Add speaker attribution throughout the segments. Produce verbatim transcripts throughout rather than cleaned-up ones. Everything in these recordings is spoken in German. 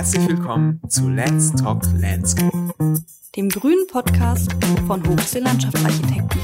Speaker 1: Herzlich willkommen zu Let's Talk Landscape,
Speaker 2: dem grünen Podcast von Hochsee Landschaftsarchitekten.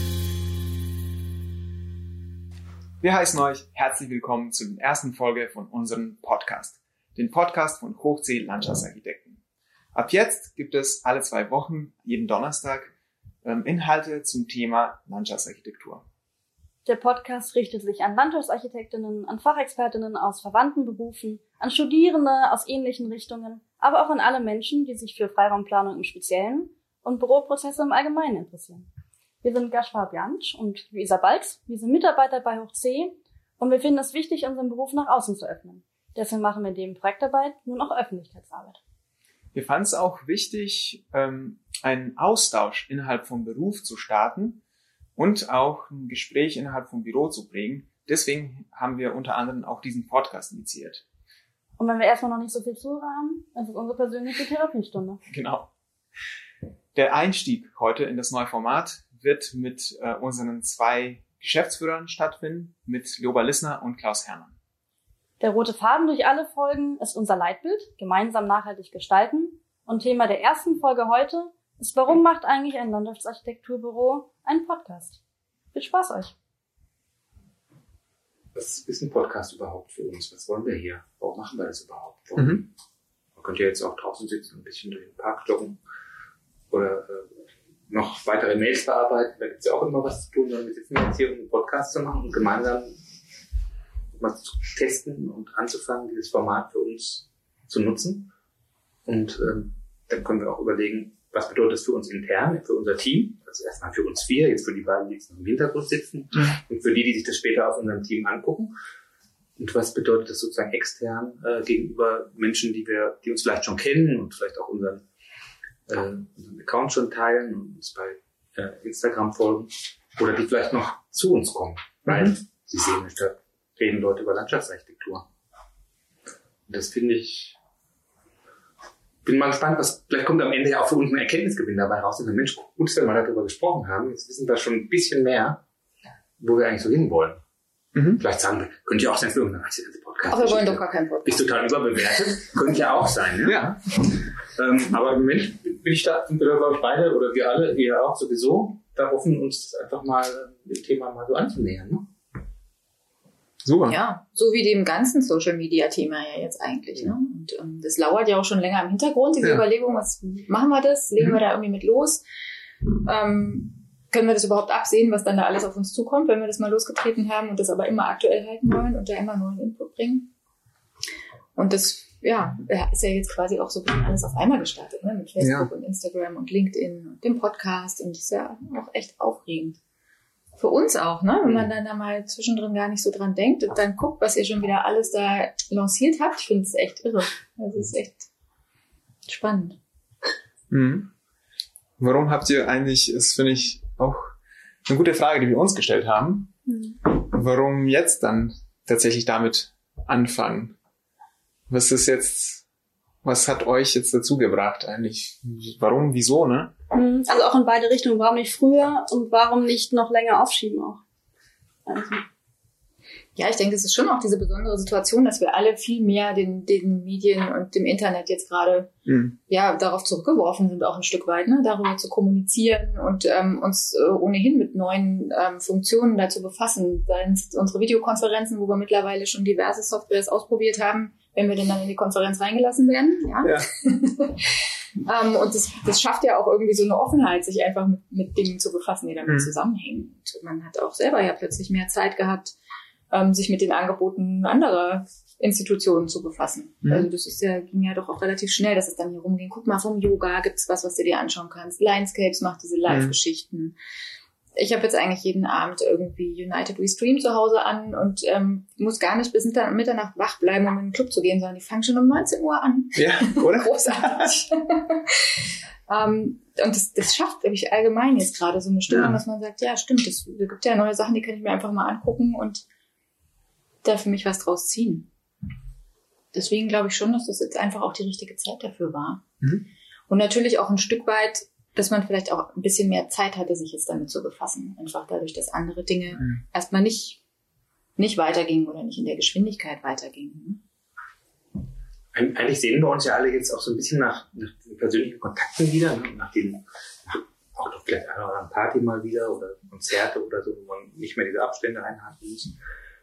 Speaker 1: Wir heißen euch herzlich willkommen zu der ersten Folge von unserem Podcast, den Podcast von Hochsee Landschaftsarchitekten. Ab jetzt gibt es alle zwei Wochen, jeden Donnerstag, ähm, Inhalte zum Thema Landschaftsarchitektur.
Speaker 2: Der Podcast richtet sich an Landschaftsarchitektinnen, an Fachexpertinnen aus verwandten Berufen, an Studierende aus ähnlichen Richtungen, aber auch an alle Menschen, die sich für Freiraumplanung im Speziellen und Büroprozesse im Allgemeinen interessieren. Wir sind Gaspar Bianch und Luisa Balks, wir sind Mitarbeiter bei Hochsee und wir finden es wichtig, unseren Beruf nach außen zu öffnen. Deswegen machen wir neben Projektarbeit nun auch Öffentlichkeitsarbeit.
Speaker 1: Wir fanden es auch wichtig, ähm, einen Austausch innerhalb vom Beruf zu starten und auch ein Gespräch innerhalb vom Büro zu prägen. Deswegen haben wir unter anderem auch diesen Podcast initiiert.
Speaker 2: Und wenn wir erstmal noch nicht so viel Zuhörer haben, das ist unsere persönliche Therapiestunde.
Speaker 1: Genau. Der Einstieg heute in das neue Format wird mit äh, unseren zwei Geschäftsführern stattfinden, mit Lioba Lissner und Klaus Herrmann.
Speaker 2: Der rote Faden durch alle Folgen ist unser Leitbild, gemeinsam nachhaltig gestalten. Und Thema der ersten Folge heute ist, warum macht eigentlich ein Landschaftsarchitekturbüro einen Podcast? Viel Spaß euch!
Speaker 3: Was ist ein Podcast überhaupt für uns? Was wollen wir hier? Warum machen wir das überhaupt? Warum?
Speaker 1: Mhm.
Speaker 3: Man könnte ja jetzt auch draußen sitzen und ein bisschen durch den Park joggen oder äh, noch weitere Mails bearbeiten. Da gibt es ja auch immer was zu tun, sondern wir sitzen jetzt hier, um einen Podcast zu machen und gemeinsam mal zu testen und anzufangen, dieses Format für uns zu nutzen. Und ähm, dann können wir auch überlegen, was bedeutet das für uns intern, für unser Team? Also erstmal für uns vier, jetzt für die beiden, die jetzt noch im Hintergrund sitzen, mhm. und für die, die sich das später auf unserem Team angucken. Und was bedeutet das sozusagen extern äh, gegenüber Menschen, die wir, die uns vielleicht schon kennen und vielleicht auch unseren, äh, unseren Account schon teilen und uns bei äh, Instagram folgen oder die vielleicht noch zu uns kommen, weil mhm. sie sehen, da reden Leute über Landschaftsarchitektur. Und das finde ich, bin mal gespannt, was, vielleicht kommt am Ende ja auch für uns ein Erkenntnisgewinn dabei raus. Und Mensch, gut, dass wir mal darüber gesprochen haben. Jetzt wissen wir schon ein bisschen mehr, wo wir eigentlich so hinwollen. Mhm. Vielleicht sagen wir, könnte ja auch sein, für irgendeinen Podcast.
Speaker 2: Aber wir wollen doch gar keinen Podcast.
Speaker 3: Ist total überbewertet. Könnte ja auch sein, ne?
Speaker 1: Ja.
Speaker 3: ähm, aber im Moment bin ich da, sind wir glaube ich beide, oder wir alle, ihr auch sowieso, da offen, uns das einfach mal, dem Thema mal so anzunähern, ne?
Speaker 1: Super.
Speaker 4: Ja, so wie dem ganzen Social-Media-Thema ja jetzt eigentlich. Ne? Und ähm, das lauert ja auch schon länger im Hintergrund, diese ja. Überlegung, was machen wir das? Legen mhm. wir da irgendwie mit los? Ähm, können wir das überhaupt absehen, was dann da alles auf uns zukommt, wenn wir das mal losgetreten haben und das aber immer aktuell halten wollen und da immer neuen Input bringen? Und das ja, ist ja jetzt quasi auch so ein bisschen alles auf einmal gestartet, ne? Mit Facebook ja. und Instagram und LinkedIn und dem Podcast. Und das ist ja auch echt aufregend. Für uns auch, ne? Wenn man dann da mal zwischendrin gar nicht so dran denkt und dann guckt, was ihr schon wieder alles da lanciert habt. Ich finde es echt irre. Das ist echt spannend.
Speaker 1: Mhm. Warum habt ihr eigentlich, das finde ich auch eine gute Frage, die wir uns gestellt haben. Mhm. Warum jetzt dann tatsächlich damit anfangen? Was ist jetzt, was hat euch jetzt dazu gebracht eigentlich? Warum, wieso, ne?
Speaker 2: Also auch in beide Richtungen. Warum nicht früher und warum nicht noch länger aufschieben auch? Also.
Speaker 4: Ja, ich denke, es ist schon auch diese besondere Situation, dass wir alle viel mehr den, den Medien und dem Internet jetzt gerade mhm. ja darauf zurückgeworfen sind, auch ein Stück weit, ne, darüber zu kommunizieren und ähm, uns äh, ohnehin mit neuen ähm, Funktionen dazu befassen. Seien es unsere Videokonferenzen, wo wir mittlerweile schon diverse Softwares ausprobiert haben, wenn wir denn dann in die Konferenz reingelassen werden. Ja. ja. ähm, und das, das schafft ja auch irgendwie so eine Offenheit, sich einfach mit, mit Dingen zu befassen, die damit mhm. zusammenhängen. Und man hat auch selber ja plötzlich mehr Zeit gehabt, ähm, sich mit den Angeboten anderer Institutionen zu befassen. Mhm. Also das ist ja, ging ja doch auch relativ schnell, dass es dann hier rumging. Guck mal, vom Yoga gibt's was, was du dir anschauen kannst. Linescapes macht diese Live-Geschichten. Mhm. Ich habe jetzt eigentlich jeden Abend irgendwie United We Stream zu Hause an und ähm, muss gar nicht bis Mitternacht wach bleiben, um in den Club zu gehen, sondern die fangen schon um neunzehn Uhr an.
Speaker 1: Ja, oder?
Speaker 4: Großartig. um, und das, das schafft, glaube ich, allgemein jetzt gerade so eine Stimmung, ja. dass man sagt, ja, stimmt, es gibt ja neue Sachen, die kann ich mir einfach mal angucken und da für mich was draus ziehen. Deswegen glaube ich schon, dass das jetzt einfach auch die richtige Zeit dafür war. Mhm. Und natürlich auch ein Stück weit, dass man vielleicht auch ein bisschen mehr Zeit hatte, sich jetzt damit zu befassen. Einfach dadurch, dass andere Dinge mhm. erstmal nicht, nicht weitergingen oder nicht in der Geschwindigkeit weitergingen.
Speaker 3: eigentlich sehen wir uns ja alle jetzt auch so ein bisschen nach, nach den persönlichen Kontakten wieder, ne? nach den, nach auch doch vielleicht einer oder anderen Party mal wieder oder Konzerte oder so, wo man nicht mehr diese Abstände einhalten muss.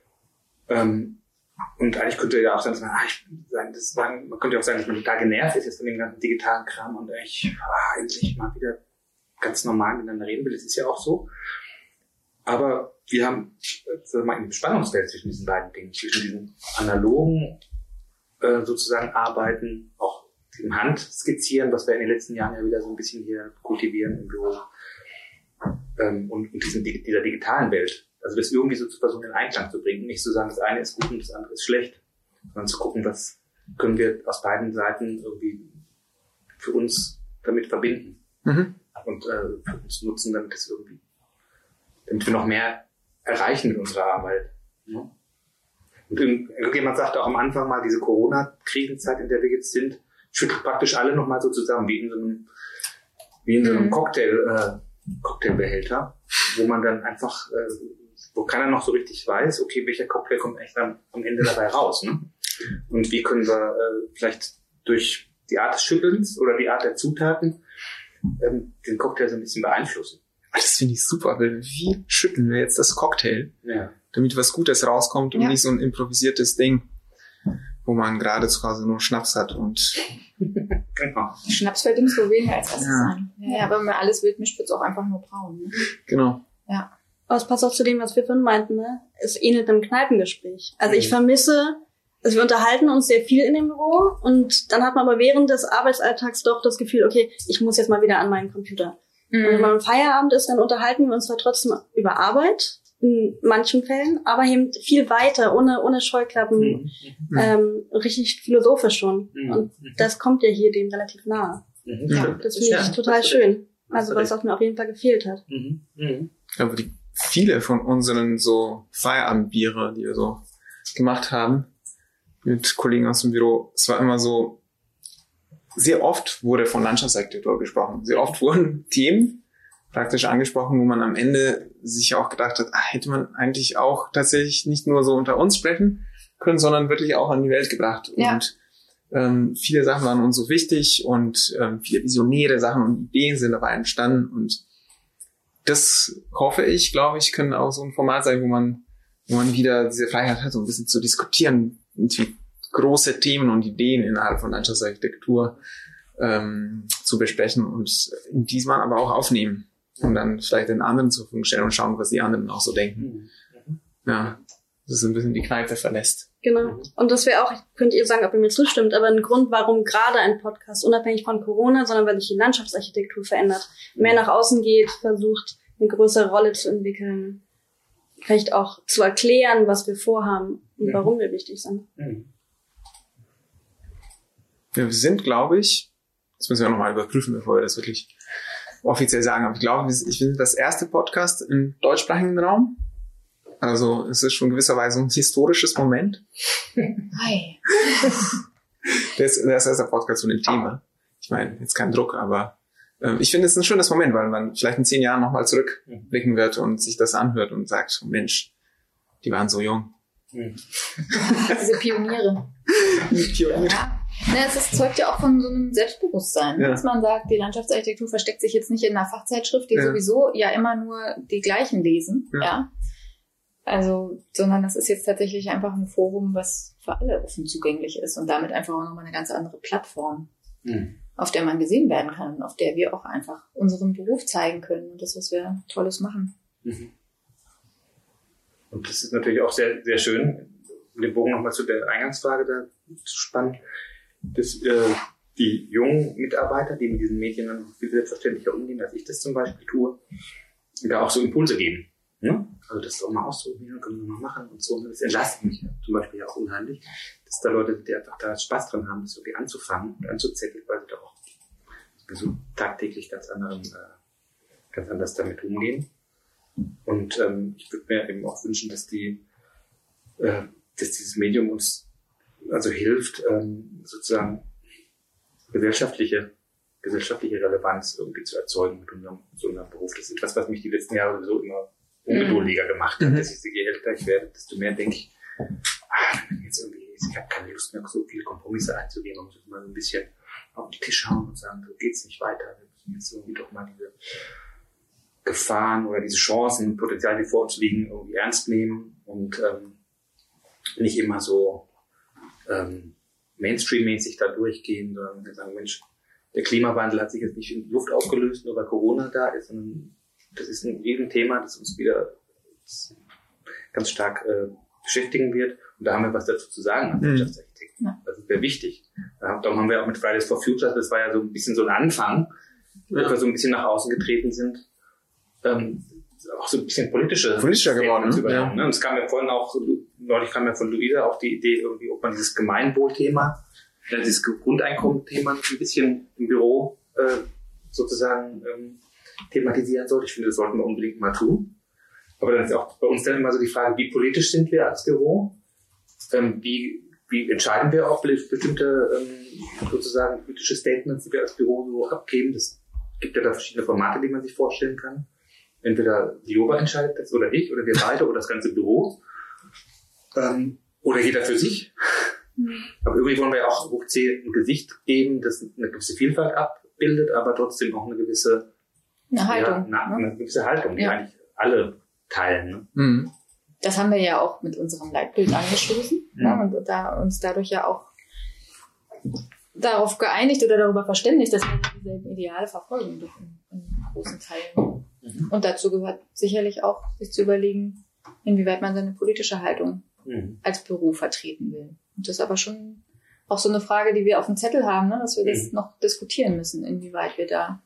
Speaker 3: Ähm, und eigentlich könnte ja auch sein, dass man, ah, ich, das sagen, man könnte auch sagen, dass man total genervt ist jetzt von dem ganzen digitalen Kram und eigentlich ah, endlich mal wieder ganz normal miteinander reden will. Das ist ja auch so. Aber wir haben, sagen wir mal, ein Spannungsfeld zwischen diesen beiden Dingen, zwischen diesen analogen äh, sozusagen Arbeiten, auch im Hand skizzieren, was wir in den letzten Jahren ja wieder so ein bisschen hier kultivieren im Büro, ähm, und, und diesen, dieser digitalen Welt. Also das irgendwie so zu versuchen, in Einklang zu bringen. Nicht zu sagen, das eine ist gut und das andere ist schlecht, sondern zu gucken, was können wir aus beiden Seiten irgendwie für uns damit verbinden. Mhm. Und äh, für uns nutzen, damit es irgendwie, damit wir noch mehr erreichen mit unserer Arbeit. Ja. Und irgendjemand sagte auch am Anfang mal, diese Corona-Krisenzeit, in der wir jetzt sind, schüttelt praktisch alle nochmal so zusammen, wie in so einem, wie in so einem mhm. Cocktail, äh, Cocktailbehälter, wo man dann einfach, äh, wo keiner noch so richtig weiß, okay, welcher Cocktail kommt eigentlich dann am Ende dabei raus, ne? Und wie können wir äh, vielleicht durch die Art des Schüttelns oder die Art der Zutaten ähm, den Cocktail so ein bisschen beeinflussen.
Speaker 1: Das finde ich super, weil wie schütteln wir jetzt das Cocktail,
Speaker 3: ja.
Speaker 1: damit was Gutes rauskommt und ja. nicht so ein improvisiertes Ding, wo man gerade zu Hause nur Schnaps hat und
Speaker 4: genau. Schnaps fällt ihm so weniger als erstes ja. ein. Ja, aber wenn man alles wild mischt, wird es auch einfach nur braun. Ne?
Speaker 1: Genau.
Speaker 4: Ja.
Speaker 2: Aber es passt auch zu dem, was wir vorhin meinten, ne? Es ähnelt einem Kneipengespräch. Also mhm. ich vermisse, also wir unterhalten uns sehr viel in dem Büro und dann hat man aber während des Arbeitsalltags doch das Gefühl, okay, ich muss jetzt mal wieder an meinen Computer. Mhm. Und wenn man am Feierabend ist, dann unterhalten wir uns zwar trotzdem über Arbeit, in manchen Fällen, aber eben viel weiter, ohne ohne Scheuklappen, mhm. ähm, richtig philosophisch schon. Mhm. Und das kommt ja hier dem relativ nahe.
Speaker 3: Mhm.
Speaker 2: Ja, das finde ich ja, total schön. Also was auch mir auf jeden Fall gefehlt hat.
Speaker 3: Mhm. Mhm.
Speaker 1: Ich glaube, die, viele von unseren so Feierabendbiere, die wir so gemacht haben, mit Kollegen aus dem Büro, es war immer so, sehr oft wurde von Landschaftsarchitektur gesprochen. Sehr oft wurden Themen praktisch angesprochen, wo man am Ende sich auch gedacht hat, ach, hätte man eigentlich auch tatsächlich nicht nur so unter uns sprechen können, sondern wirklich auch an die Welt gebracht.
Speaker 4: Ja.
Speaker 1: Und ähm, viele Sachen waren uns so wichtig und ähm, viele visionäre Sachen und Ideen sind dabei entstanden. Und das hoffe ich, glaube ich, können auch so ein Format sein, wo man, wo man wieder diese Freiheit hat, so ein bisschen zu diskutieren, irgendwie große Themen und Ideen innerhalb von Landschaftsarchitektur ähm, zu besprechen und in diesem Mal aber auch aufnehmen. Und dann vielleicht den anderen zur Verfügung stellen und schauen, was die anderen auch so denken. Mhm. Ja, das ist ein bisschen die Kneipe verlässt.
Speaker 2: Genau. Und das wäre auch, könnt ihr sagen, ob ihr mir zustimmt, aber ein Grund, warum gerade ein Podcast, unabhängig von Corona, sondern weil sich die Landschaftsarchitektur verändert, mehr nach außen geht, versucht, eine größere Rolle zu entwickeln, vielleicht auch zu erklären, was wir vorhaben und mhm. warum wir wichtig sind.
Speaker 3: Mhm.
Speaker 1: Ja, wir sind, glaube ich, das müssen wir nochmal überprüfen, bevor wir das wirklich offiziell sagen, aber ich glaube, ich bin das erste Podcast im deutschsprachigen Raum. Also es ist schon gewisserweise ein historisches Moment.
Speaker 4: Hi.
Speaker 1: Das ist der erste Podcast zu dem Thema. Ich meine, jetzt kein Druck, aber äh, ich finde es ein schönes Moment, weil man vielleicht in zehn Jahren nochmal zurückblicken wird und sich das anhört und sagt, Mensch, die waren so jung.
Speaker 4: Diese Pioniere.
Speaker 1: Die Pioniere.
Speaker 4: Ja. Ja, es ist, zeugt ja auch von so einem Selbstbewusstsein, ja. dass man sagt, die Landschaftsarchitektur versteckt sich jetzt nicht in einer Fachzeitschrift, die ja. sowieso ja immer nur die gleichen lesen, ja. ja. Also, sondern das ist jetzt tatsächlich einfach ein Forum, was für alle offen zugänglich ist und damit einfach auch nochmal eine ganz andere Plattform, mhm. auf der man gesehen werden kann und auf der wir auch einfach unseren Beruf zeigen können und das, was wir Tolles machen.
Speaker 3: Mhm. Und das ist natürlich auch sehr, sehr schön, um den Bogen nochmal zu der Eingangsfrage da zu spannen, dass äh, die jungen Mitarbeiter, die mit diesen Medien dann viel selbstverständlicher umgehen, als ich das zum Beispiel tue, da auch so Impulse geben. Ne? Also das auch mal ausprobieren, können wir mal machen und so. Das entlastet mich ja zum Beispiel auch unheimlich, dass da Leute, die einfach da Spaß dran haben, das irgendwie anzufangen und anzuzetteln, weil sie da auch so tagtäglich ganz anderen, äh, ganz anders damit umgehen. Und ähm, ich würde mir eben auch wünschen, dass die, äh, dass dieses Medium uns also hilft, ähm, sozusagen gesellschaftliche, gesellschaftliche Relevanz irgendwie zu erzeugen mit unserem, mit unserem Beruf. Das ist etwas, was mich die letzten Jahre sowieso immer ungeduldiger gemacht hat. Mhm. Dass ich, je älter ich werde, desto mehr denke ich, ah, wenn jetzt irgendwie ist, ich habe keine Lust mehr, so viele Kompromisse einzugehen. Man muss mal so ein bisschen auf den Tisch schauen und sagen, so geht's nicht weiter. Wir müssen jetzt irgendwie doch mal diese Gefahren oder diese Chancen, Potenziale, die vor uns liegen, irgendwie ernst nehmen und ähm, nicht immer so ähm, Mainstream-mäßig da durchgehen, sondern wir sagen, Mensch, der Klimawandel hat sich jetzt nicht in die Luft aufgelöst, nur weil Corona da ist, sondern das ist ein Riesenthema, das uns wieder ganz stark äh, beschäftigen wird. Und da haben wir was dazu zu sagen als Wirtschaftsarchitekten. Ja. Das ist sehr wichtig. Darum haben wir auch mit Fridays for Future, das war ja so ein bisschen so ein Anfang, ja. wo wir so ein bisschen nach außen getreten sind, ähm, auch so ein bisschen politische
Speaker 1: politischer geworden
Speaker 3: zu übernehmen. Ja. Und es kam ja vorhin auch, neulich kam ja von Luisa auch die Idee, irgendwie, ob man dieses Gemeinwohl-Thema, äh, dieses Grundeinkommen-Thema ein bisschen im Büro äh, sozusagen ähm, thematisieren sollte. Ich finde, das sollten wir unbedingt mal tun. Aber dann ist auch bei uns dann immer so die Frage, wie politisch sind wir als Büro? Ähm, wie, wie entscheiden wir auch bestimmte ähm, sozusagen politische Statements, die wir als Büro so abgeben? Das gibt ja da verschiedene Formate, die man sich vorstellen kann. Entweder Lioba entscheidet das oder ich oder wir beide oder das ganze Büro. Ähm, oder jeder für sich. Mhm. Aber irgendwie wollen wir ja auch hoch C ein Gesicht geben, das eine gewisse Vielfalt abbildet, aber trotzdem auch eine gewisse
Speaker 4: eine Haltung.
Speaker 3: Ja, eine, eine gewisse Haltung, die ja. eigentlich alle teilen. Ne?
Speaker 4: Mhm. Das haben wir ja auch mit unserem Leitbild angestoßen mhm. ja, und da uns dadurch ja auch darauf geeinigt oder darüber verständigt, dass wir dieselben Ideale verfolgen dürfen in, in großen Teilen. Mhm. Und dazu gehört sicherlich auch, sich zu überlegen, inwieweit man seine politische Haltung mhm. als Büro vertreten will. Und das ist aber schon auch so eine Frage, die wir auf dem Zettel haben, ne, dass wir das mhm. noch diskutieren müssen, inwieweit wir da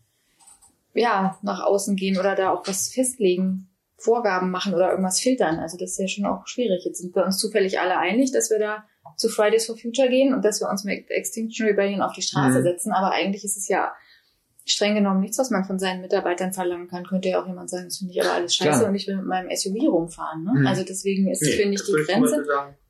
Speaker 4: ja nach außen gehen oder da auch was festlegen, Vorgaben machen oder irgendwas filtern. Also das ist ja schon auch schwierig. Jetzt sind wir uns zufällig alle einig, dass wir da zu Fridays for Future gehen und dass wir uns mit Extinction Rebellion auf die Straße mhm. setzen. Aber eigentlich ist es ja streng genommen nichts, was man von seinen Mitarbeitern verlangen kann. Könnte ja auch jemand sagen, das finde ich aber alles scheiße Klar. und ich will mit meinem S U V rumfahren. Ne? Mhm. Also deswegen ist, nee, finde ich, die Grenze.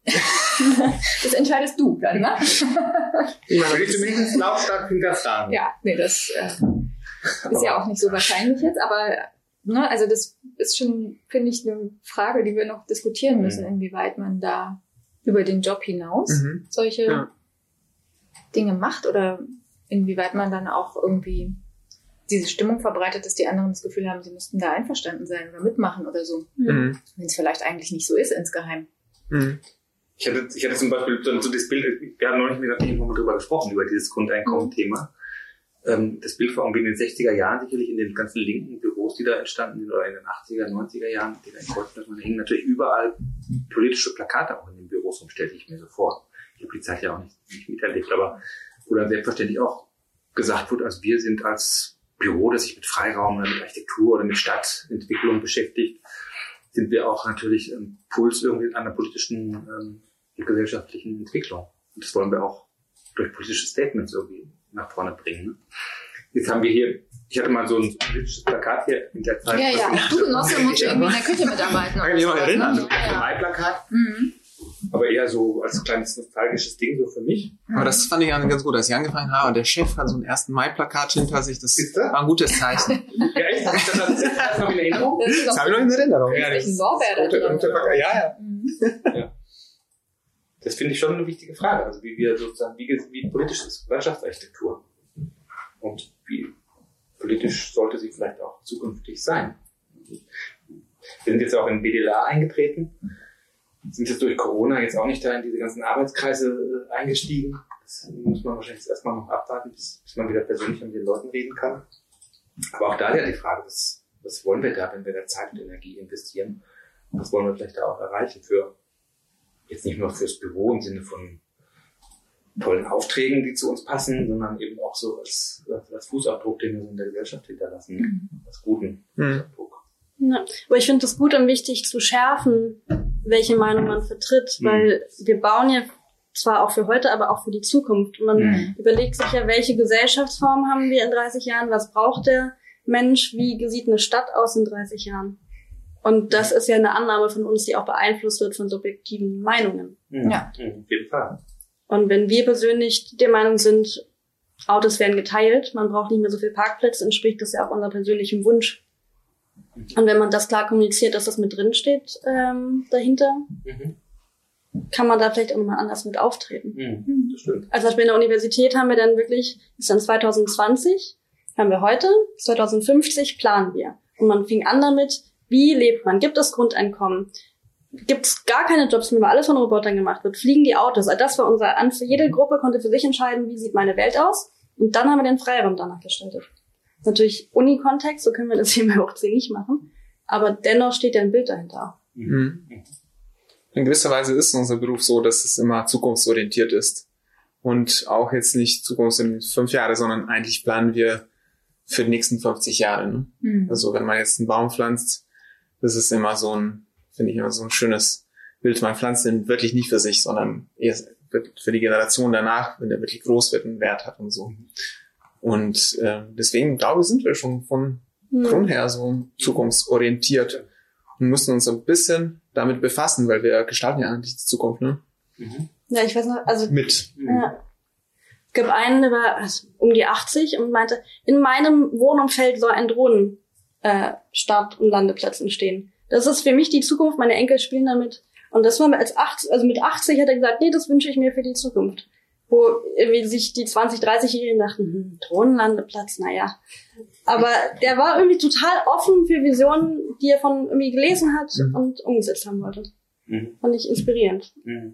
Speaker 4: Das entscheidest du dann, ne?
Speaker 3: Ich will zumindest lautstark hinterfragen.
Speaker 4: Ja, nee, das äh, ist ja auch nicht so wahrscheinlich jetzt, aber ne, also das ist schon, finde ich, eine Frage, die wir noch diskutieren müssen, mhm. inwieweit man da über den Job hinaus mhm. solche ja. Dinge macht oder inwieweit man dann auch irgendwie diese Stimmung verbreitet, dass die anderen das Gefühl haben, sie müssten da einverstanden sein oder mitmachen oder so. Mhm. Wenn es vielleicht eigentlich nicht so ist insgeheim.
Speaker 3: Mhm. Ich hatte, ich hatte zum Beispiel so das Bild, wir haben noch nicht mit der Team drüber gesprochen, über dieses Grundeinkommen-Thema. Ähm, das Bild vor allem in den sechziger Jahren sicherlich in den ganzen linken Büros, die da entstanden sind, oder in den achtziger, neunziger Jahren, die da in Kreuzberg, da hängen natürlich überall politische Plakate auch in den Büros rum, stelle ich mir so vor. Ich habe die Zeit ja auch nicht, nicht miterlebt, aber wo dann selbstverständlich auch gesagt wird, also wir sind als Büro, das sich mit Freiraum oder mit Architektur oder mit Stadtentwicklung beschäftigt, sind wir auch natürlich ein Puls irgendwie an der politischen ähm, und gesellschaftlichen Entwicklung. Und das wollen wir auch durch politische Statements irgendwie nach vorne bringen. Ne? Jetzt haben wir hier, ich hatte mal so ein politisches Plakat hier in der Zeit.
Speaker 4: Ja, ja, auch du Genosse musst irgendwie in der Küche mitarbeiten.
Speaker 3: Kann ich mich noch erinnern, so ein Mai-Plakat. Mhm. Aber eher so als kleines nostalgisches Ding so für mich.
Speaker 1: Aber das fand ich ganz gut, als ich angefangen habe. Und der Chef hat so einen ersten Mai-Plakat hinter sich. Das war ein gutes Zeichen.
Speaker 3: Ja, echt? Hab ich das, das, das noch in Erinnerung?
Speaker 4: Das,
Speaker 1: das habe ich noch in Erinnerung.
Speaker 4: Ja, das ist ein Lorbeer da drin.
Speaker 3: Ja, ja. Mhm. ja. Das finde ich schon eine wichtige Frage. Also wie wir sozusagen, wie, wie politisch ist Landschaftsarchitektur? Und wie politisch sollte sie vielleicht auch zukünftig sein? Wir sind jetzt auch in B D L A eingetreten. Sind jetzt durch Corona jetzt auch nicht da in diese ganzen Arbeitskreise äh, eingestiegen. Das muss man wahrscheinlich erstmal noch abwarten, bis, bis man wieder persönlich mit den Leuten reden kann. Aber auch da ist ja die Frage, was, was wollen wir da, wenn wir da Zeit und Energie investieren? Was wollen wir vielleicht da auch erreichen für, jetzt nicht nur fürs Büro im Sinne von tollen Aufträgen, die zu uns passen, sondern eben auch so als, als Fußabdruck, den wir so in der Gesellschaft hinterlassen, mhm. als guten Fußabdruck.
Speaker 2: Ja, aber ich finde es gut und wichtig zu schärfen, welche Meinung man vertritt, mhm. weil wir bauen ja zwar auch für heute, aber auch für die Zukunft. Und man mhm. überlegt sich ja, welche Gesellschaftsform haben wir in dreißig Jahren, was braucht der Mensch, wie sieht eine Stadt aus in dreißig Jahren? Und das ist ja eine Annahme von uns, die auch beeinflusst wird von subjektiven Meinungen.
Speaker 3: Mhm. Ja, auf jeden Fall.
Speaker 2: Und wenn wir persönlich der Meinung sind, Autos werden geteilt, man braucht nicht mehr so viel Parkplätze, entspricht das ja auch unserem persönlichen Wunsch. Und wenn man das klar kommuniziert, dass das mit drin steht ähm, dahinter, mhm. kann man da vielleicht auch nochmal anders mit auftreten.
Speaker 3: Mhm, das stimmt.
Speaker 2: Also zum Beispiel in der Universität haben wir dann wirklich, ist dann zwanzig zwanzig, haben wir heute, zwanzig fünfzig planen wir. Und man fing an damit, wie lebt man? Gibt es Grundeinkommen? Gibt es gar keine Jobs mehr, weil alles von Robotern gemacht wird? Fliegen die Autos? Also das war unser Anfang. Jede Gruppe konnte für sich entscheiden, wie sieht meine Welt aus. Und dann haben wir den Freiraum danach gestaltet. Das ist natürlich Uni-Kontext, so können wir das hier bei Hochzehn nicht machen. Aber dennoch steht ja ein Bild dahinter.
Speaker 1: Mhm. In gewisser Weise ist unser Beruf so, dass es immer zukunftsorientiert ist. Und auch jetzt nicht Zukunft in fünf Jahre, sondern eigentlich planen wir für die nächsten fünfzig Jahre. Ne? Mhm. Also wenn man jetzt einen Baum pflanzt, das ist immer so ein, finde ich immer so ein schönes Bild. Man pflanzt den wirklich nicht für sich, sondern eher für die Generation danach, wenn der wirklich groß wird, einen Wert hat und so. Und äh, deswegen, glaube ich, sind wir schon von mhm. Grund her so zukunftsorientiert und müssen uns ein bisschen damit befassen, weil wir gestalten ja eigentlich die Zukunft, ne?
Speaker 2: Mhm. Ja, ich weiß noch, also
Speaker 1: mit.
Speaker 2: Ja. Es gab einen, der war um die achtzig und meinte, in meinem Wohnumfeld soll ein Drohnen äh, Start- und Landeplatz entstehen. Das ist für mich die Zukunft, meine Enkel spielen damit. Und das war mit als achtzig, also mit achtzig hat er gesagt, nee, das wünsche ich mir für die Zukunft. Wo irgendwie sich die zwanzig-, dreißig-Jährigen dachten, hm, Drohnenlandeplatz, naja. Aber der war irgendwie total offen für Visionen, die er von irgendwie gelesen hat mhm. und umgesetzt haben wollte. Mhm. Fand ich inspirierend.
Speaker 3: Mhm.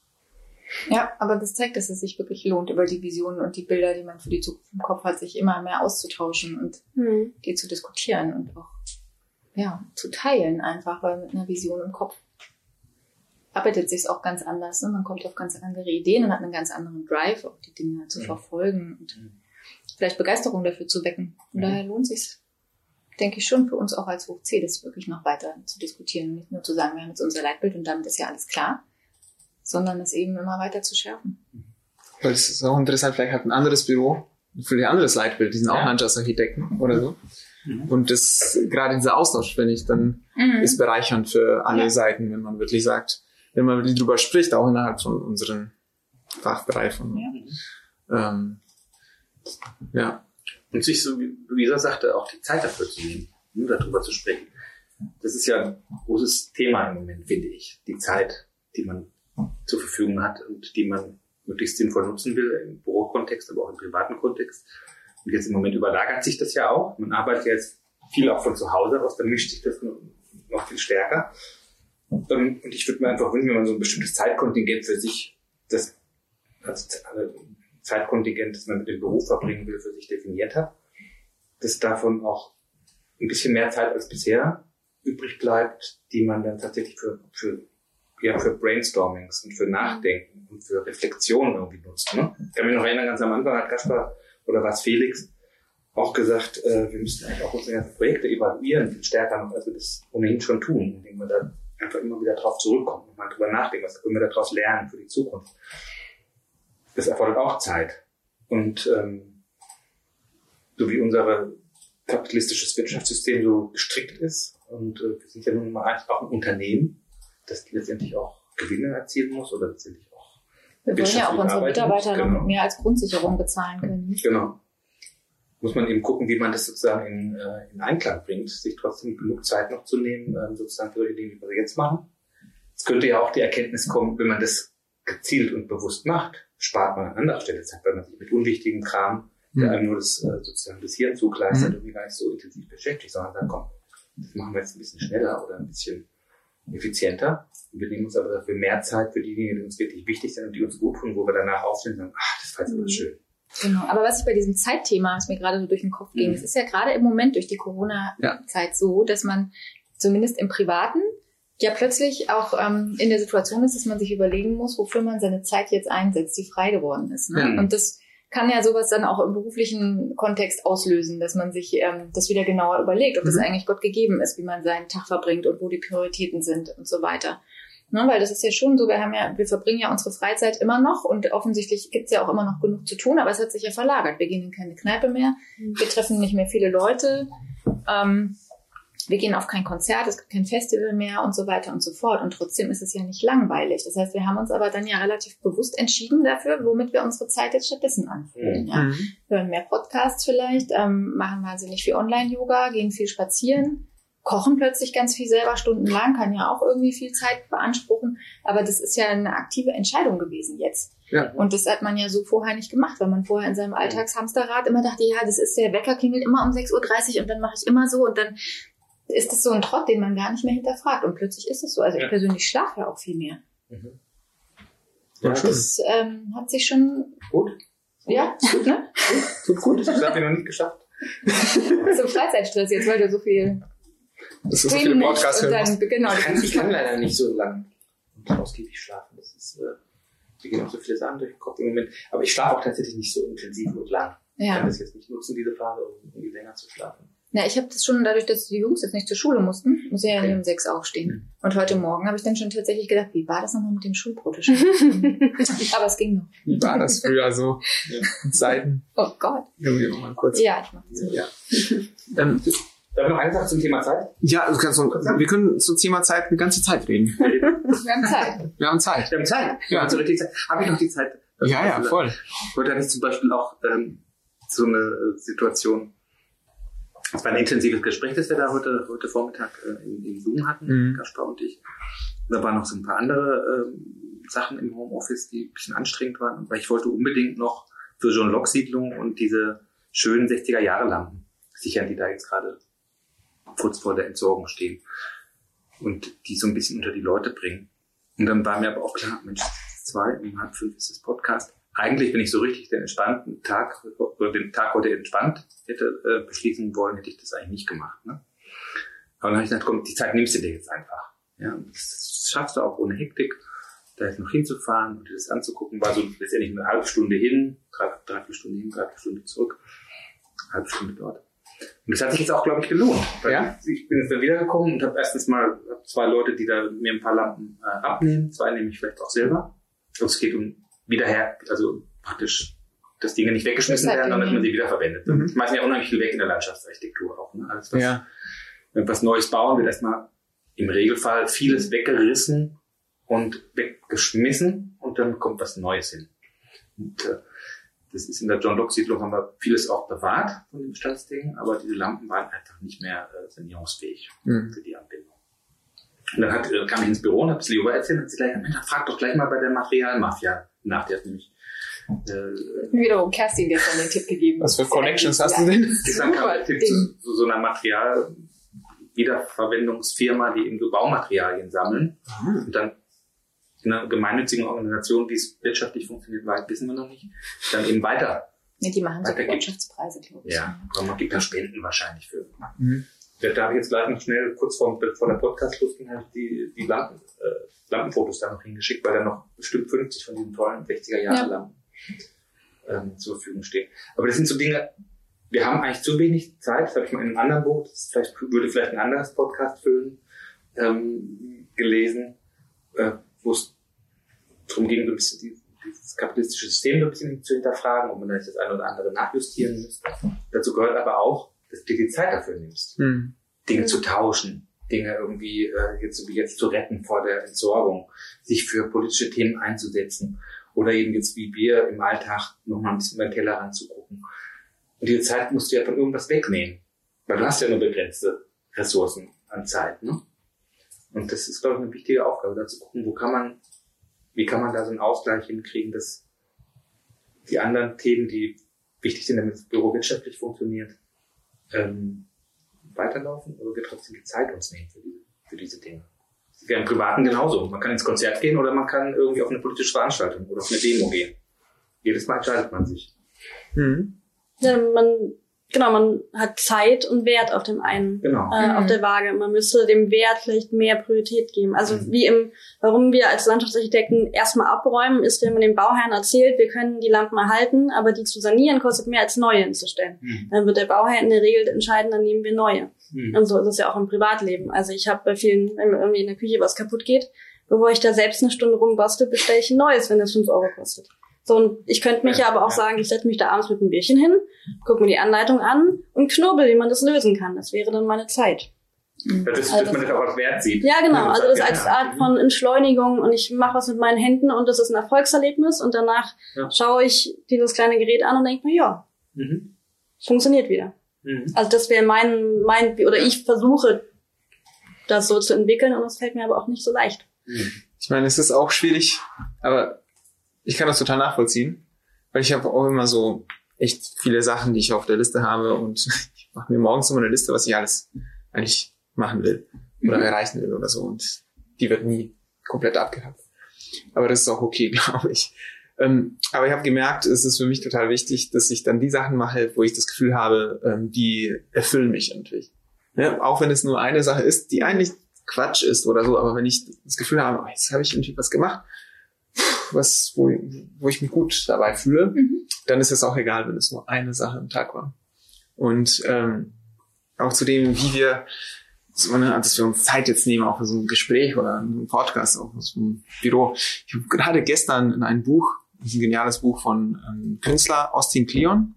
Speaker 4: Ja, aber das zeigt, dass es sich wirklich lohnt, über die Visionen und die Bilder, die man für die Zukunft im Kopf hat, sich immer mehr auszutauschen und mhm. die zu diskutieren und auch ja zu teilen einfach, weil mit einer Vision im Kopf arbeitet sich auch ganz anders. Ne? Man kommt auf ganz andere Ideen und hat einen ganz anderen Drive, auch die Dinge zu mhm. verfolgen und mhm. vielleicht Begeisterung dafür zu wecken. Von mhm. daher lohnt es sich, denke ich, schon für uns auch als Hoch C, das wirklich noch weiter zu diskutieren und nicht nur zu sagen, wir haben jetzt unser Leitbild und damit ist ja alles klar, sondern es eben immer weiter zu schärfen.
Speaker 1: Weil es ist auch interessant, vielleicht hat ein anderes Büro für ein anderes Leitbild, die sind auch ja. Landschaftsarchitekten oder so. Mhm. Und das, gerade dieser Austausch, finde ich, dann mhm. ist bereichernd für alle ja. Seiten, wenn man wirklich sagt, wenn man wirklich drüber spricht, auch innerhalb von unseren Fachbereichen. Ja. Ähm, ja.
Speaker 3: Und sich, so wie Luisa sagte, auch die Zeit dafür zu nehmen, um darüber zu sprechen. Das ist ja ein großes Thema im Moment, finde ich. Die Zeit, die man zur Verfügung hat und die man möglichst sinnvoll nutzen will, im Bürokontext, aber auch im privaten Kontext. Und jetzt im Moment überlagert sich das ja auch. Man arbeitet ja jetzt viel auch von zu Hause aus, dann mischt sich das noch viel stärker. Und ich würde mir einfach wünschen, wenn man so ein bestimmtes Zeitkontingent für sich, das also Zeitkontingent, das man mit dem Beruf verbringen will, für sich definiert hat, dass davon auch ein bisschen mehr Zeit als bisher übrig bleibt, die man dann tatsächlich für, für ja, für Brainstormings und für Nachdenken und für Reflexionen irgendwie nutzt. Ne? Ich kann mich noch erinnern, ganz am Anfang hat Kaspar, oder war es Felix, auch gesagt, äh, wir müssten eigentlich auch unsere ganzen Projekte evaluieren, viel stärker noch, als wir das ohnehin schon tun, indem wir da einfach immer wieder drauf zurückkommen und mal drüber nachdenken, was können wir daraus lernen für die Zukunft. Das erfordert auch Zeit. Und ähm, so wie unser kapitalistisches Wirtschaftssystem so gestrickt ist, und äh, wir sind ja nun mal eigentlich auch ein Unternehmen, das letztendlich auch Gewinne erzielen muss oder letztendlich auch
Speaker 4: wir wollen ja auch unsere Mitarbeiter genau. noch mehr als Grundsicherung bezahlen können.
Speaker 3: Genau. Muss man eben gucken, wie man das sozusagen in, äh, in Einklang bringt, sich trotzdem genug Zeit noch zu nehmen, ähm, sozusagen für solche Dinge, wie wir jetzt machen. Es könnte ja auch die Erkenntnis kommen, wenn man das gezielt und bewusst macht, spart man an anderer Stelle Zeit, weil man sich mit unwichtigen Kram, mhm. der einem nur das äh, sozusagen das Hirn zugleistert, mhm. irgendwie gar nicht so intensiv beschäftigt, sondern dann komm, das machen wir jetzt ein bisschen schneller oder ein bisschen effizienter. Wir nehmen uns aber dafür mehr Zeit für die Dinge, die uns wirklich wichtig sind und die uns gut tun, wo wir danach aufstehen und sagen, ach, das war jetzt aber schön.
Speaker 4: Genau, aber was ich bei diesem Zeitthema, was mir gerade so durch den Kopf ging, es mhm. ist ja gerade im Moment durch die Corona-Zeit ja. so, dass man zumindest im Privaten ja plötzlich auch ähm, in der Situation ist, dass man sich überlegen muss, wofür man seine Zeit jetzt einsetzt, die frei geworden ist. Ne? Mhm. Und das kann ja sowas dann auch im beruflichen Kontext auslösen, dass man sich ähm, das wieder genauer überlegt, ob mhm. das eigentlich Gott gegeben ist, wie man seinen Tag verbringt und wo die Prioritäten sind und so weiter. Ne, weil das ist ja schon so, wir haben ja, wir verbringen ja unsere Freizeit immer noch und offensichtlich gibt's ja auch immer noch genug zu tun, aber es hat sich ja verlagert. Wir gehen in keine Kneipe mehr, wir treffen nicht mehr viele Leute, ähm, wir gehen auf kein Konzert, es gibt kein Festival mehr und so weiter und so fort. Und trotzdem ist es ja nicht langweilig. Das heißt, wir haben uns aber dann ja relativ bewusst entschieden dafür, womit wir unsere Zeit jetzt stattdessen anfüllen. Ja. Mhm. Wir hören mehr Podcasts vielleicht, ähm, machen wahnsinnig viel Online-Yoga, gehen viel spazieren, kochen plötzlich ganz viel selber stundenlang, kann ja auch irgendwie viel Zeit beanspruchen. Aber das ist ja eine aktive Entscheidung gewesen jetzt.
Speaker 1: Ja.
Speaker 4: Und das hat man ja so vorher nicht gemacht, weil man vorher in seinem Alltagshamsterrad immer dachte, ja, das ist der Wecker klingelt immer um sechs Uhr dreißig und dann mache ich immer so und dann ist das so ein Trott, den man gar nicht mehr hinterfragt. Und plötzlich ist es so. Also ja. ich persönlich schlafe ja auch viel mehr. Mhm. Ja, das ähm, hat sich schon...
Speaker 3: Gut.
Speaker 4: Ja, gut, ne?
Speaker 3: Tut gut. Das habe ich noch nicht geschafft.
Speaker 4: So Freizeitstress jetzt, weil du so viel...
Speaker 1: Das ist so viele Podcasts
Speaker 4: und dann, genau,
Speaker 3: ich, kann, ich kann leider nicht so lang und ausgiebig schlafen. Das ist... Äh, wir gehen auch so viele Sachen durch den Kopf im Moment. Aber ich schlafe auch tatsächlich nicht so intensiv und lang. Ja. Ich kann das jetzt nicht nutzen, diese Phase, um irgendwie länger zu schlafen.
Speaker 4: Na, ich habe das schon dadurch, dass die Jungs jetzt nicht zur Schule mussten, muss ich ja okay. um sechs aufstehen. Mhm. Und heute Morgen habe ich dann schon tatsächlich gedacht, wie war das nochmal mit dem Schulprototyp? Aber es ging noch.
Speaker 1: Wie war das früher so? Ja. Zeiten.
Speaker 4: Oh Gott.
Speaker 1: Irgendwie mal kurz.
Speaker 4: Ja, ich mach das.
Speaker 3: Ja. ähm, Darf ich noch eine Sache zum Thema Zeit?
Speaker 1: Ja, also kannst du, wir können zum Thema Zeit eine ganze Zeit reden.
Speaker 4: Wir haben Zeit.
Speaker 1: Wir haben Zeit.
Speaker 3: Wir haben Zeit.
Speaker 1: Ja.
Speaker 3: Also richtig Zeit. Habe ich noch die Zeit?
Speaker 1: Ja, ja, voll.
Speaker 3: Ich wollte eigentlich zum Beispiel auch ähm, so eine Situation. Es war ein intensives Gespräch, das wir da heute, heute Vormittag äh, in, in Zoom hatten, mhm. Kaspar und ich. Und da waren noch so ein paar andere ähm, Sachen im Homeoffice, die ein bisschen anstrengend waren, weil ich wollte unbedingt noch für John Locke Siedlung und diese schönen sechziger Jahre Lampen sichern, die da jetzt gerade kurz vor der Entsorgung stehen und die so ein bisschen unter die Leute bringen. Und dann war mir aber auch klar, Mensch, zwei, um halb fünf ist das Podcast. Eigentlich, wenn ich so richtig den entspannten Tag, oder den Tag heute entspannt hätte äh, beschließen wollen, hätte ich das eigentlich nicht gemacht. Ne? Aber dann habe ich gedacht, komm, die Zeit nimmst du dir jetzt einfach. Ja, und das schaffst du auch ohne Hektik, da jetzt noch hinzufahren und dir das anzugucken. War so letztendlich eine halbe Stunde hin, drei, drei vier Stunden hin, drei, vier Stunden zurück, eine halbe Stunde dort. Und das hat sich jetzt auch, glaube ich, gelohnt. Weil ja? Ich bin jetzt dann wiedergekommen und habe erstens mal zwei Leute, die da mir ein paar Lampen äh, abnehmen. Zwei nehme ich vielleicht auch selber. Und es geht um wiederher, also praktisch, dass Dinge nicht weggeschmissen werden, sondern dass man sie wiederverwendet. Mhm. Das meisten ja unheimlich viel weg in der Landschaftsarchitektur auch. Ne? Alles, was, ja. Wenn wir was Neues bauen, wird erstmal im Regelfall vieles weggerissen und weggeschmissen und dann kommt was Neues hin. Und, äh, das ist in der John Locke Siedlung, haben wir vieles auch bewahrt von den Bestandsdingen, aber diese Lampen waren einfach nicht mehr äh, sanierungsfähig mhm. für die Anbindung. Und dann hat, äh, kam ich ins Büro und habe es Leo erzählt und hat sie gleich, Mensch, frag doch gleich mal bei der Materialmafia nach. Die hat nämlich
Speaker 4: äh, wiederum Kerstin gestern den Tipp gegeben.
Speaker 1: Was für Connections hast du denn?
Speaker 3: Gestern kam der Tipp zu, zu so einer Material-Wiederverwendungsfirma, die eben so Baumaterialien sammeln mhm. und dann in einer gemeinnützigen Organisation, wie es wirtschaftlich funktioniert, wissen wir noch nicht, dann eben weiter.
Speaker 4: Ja, die machen so Wirtschaftspreise, glaube ich.
Speaker 3: Ja, aber man gibt da Spenden wahrscheinlich für. Mhm. Da habe ich jetzt gleich noch schnell, kurz vor, vor der Podcast-Lust, die, die Lampen, äh, Lampenfotos da noch hingeschickt, weil da noch bestimmt fünfzig von diesen tollen sechziger-Jahre-Lampen ja. ähm, zur Verfügung stehen. Aber das sind so Dinge, wir haben eigentlich zu wenig Zeit, das habe ich mal in einem anderen Buch, das vielleicht, würde vielleicht ein anderes Podcast füllen, ähm, gelesen, äh, wo es darum ging, so ein bisschen die, dieses kapitalistische System so ein bisschen zu hinterfragen, ob man da jetzt das eine oder andere nachjustieren müsste. Dazu gehört aber auch, dass du dir die Zeit dafür nimmst, mhm. Dinge mhm. zu tauschen, Dinge irgendwie äh, jetzt, wie jetzt zu retten vor der Entsorgung, sich für politische Themen einzusetzen oder eben jetzt wie wir im Alltag nochmal ein bisschen über den Teller anzugucken. Und diese Zeit musst du ja von irgendwas wegnehmen, weil du hast ja nur begrenzte Ressourcen an Zeit, ne? Und das ist, glaube ich, eine wichtige Aufgabe, da zu gucken, wo kann man, wie kann man da so einen Ausgleich hinkriegen, dass die anderen Themen, die wichtig sind, damit das Büro wirtschaftlich funktioniert, ähm, weiterlaufen, aber wir trotzdem die Zeit uns nehmen für, die, für diese Dinge. Das wäre im Privaten genauso. Man kann ins Konzert gehen oder man kann irgendwie auf eine politische Veranstaltung oder auf eine Demo gehen. Jedes Mal entscheidet man sich.
Speaker 2: Mhm. Ja, man Genau, man hat Zeit und Wert auf dem einen,
Speaker 3: genau.
Speaker 2: äh,
Speaker 4: mhm.
Speaker 2: auf der Waage. Man müsste dem Wert vielleicht mehr Priorität geben. Also mhm. wie im, warum wir als Landschaftsarchitekten erstmal abräumen, ist, wenn man dem Bauherrn erzählt, wir können die Lampen erhalten, aber die zu sanieren kostet mehr als neue hinzustellen. Mhm. Dann wird der Bauherr in der Regel entscheiden, dann nehmen wir neue. Mhm. Und so ist es ja auch im Privatleben. Also ich habe bei vielen, wenn mir irgendwie in der Küche was kaputt geht, bevor ich da selbst eine Stunde rumbastel, bestelle ich ein neues, wenn das fünf Euro kostet. So, und ich könnte mich ja, ja aber auch ja. sagen, ich setze mich da abends mit einem Bierchen hin, gucke mir die Anleitung an und knubbel, wie man das lösen kann. Das wäre dann meine Zeit.
Speaker 3: Ja, das, also, dass man das auch als Wert sieht.
Speaker 2: Ja, genau. Also das als Art von Entschleunigung und ich mache was mit meinen Händen und das ist ein Erfolgserlebnis und danach ja. schaue ich dieses kleine Gerät an und denke mir, ja, mhm. funktioniert wieder. Mhm. Also das wäre mein, mein, oder ich versuche das so zu entwickeln und das fällt mir aber auch nicht so leicht.
Speaker 1: Ich meine, es ist auch schwierig, aber ich kann das total nachvollziehen, weil ich habe auch immer so echt viele Sachen, die ich auf der Liste habe und ich mache mir morgens immer eine Liste, was ich alles eigentlich machen will oder mhm. erreichen will oder so und die wird nie komplett abgehakt. Aber das ist auch okay, glaube ich. Ähm, aber ich habe gemerkt, es ist für mich total wichtig, dass ich dann die Sachen mache, wo ich das Gefühl habe, ähm, die erfüllen mich irgendwie. Ja, auch wenn es nur eine Sache ist, die eigentlich Quatsch ist oder so, aber wenn ich das Gefühl habe, oh, jetzt habe ich irgendwie was gemacht, was, wo, wo ich mich gut dabei fühle, mhm. dann ist es auch egal, wenn es nur eine Sache am Tag war. Und ähm, auch zu dem, wie wir, dass wir uns Zeit jetzt nehmen, auch für so ein Gespräch oder einen Podcast, auch aus dem Büro. Ich habe gerade gestern in ein Buch, das ist ein geniales Buch von einem Künstler, Austin Kleon.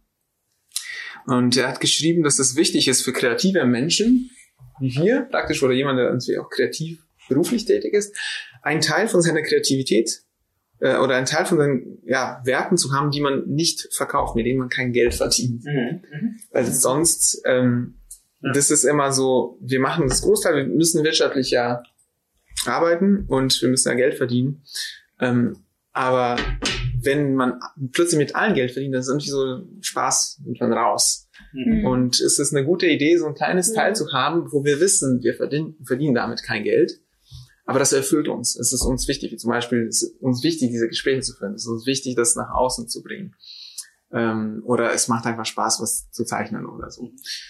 Speaker 1: Und er hat geschrieben, dass es wichtig ist für kreative Menschen, wie wir praktisch, oder jemand, der irgendwie auch kreativ beruflich tätig ist, einen Teil von seiner Kreativität äh, oder einen Teil von seinen ja, Werken zu haben, die man nicht verkauft, mit denen man kein Geld verdient. Mhm. Weil sonst, ähm, ja. das ist immer so, wir machen das Großteil, wir müssen wirtschaftlich ja arbeiten und wir müssen ja Geld verdienen. Ähm, aber wenn man plötzlich mit allen Geld verdient, dann ist irgendwie so Spaß irgendwann raus. Mhm. Und es ist eine gute Idee, so ein kleines mhm. Teil zu haben, wo wir wissen, wir verdienen, verdienen damit kein Geld. Aber das erfüllt uns. Es ist uns wichtig, wie zum Beispiel, es ist uns wichtig, diese Gespräche zu führen. Es ist uns wichtig, das nach außen zu bringen. Ähm, oder es macht einfach Spaß, was zu zeichnen oder so.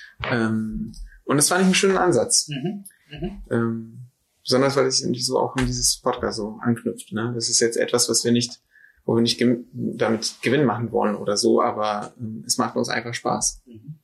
Speaker 1: Ähm, und das fand ich einen schönen Ansatz. Mhm. Mhm. Ähm, besonders, weil es irgendwie so auch in dieses Podcast so anknüpft. Ne? Das ist jetzt etwas, was wir nicht, wo wir nicht ge- damit Gewinn machen wollen oder so, aber ähm, es macht uns einfach Spaß. Mhm.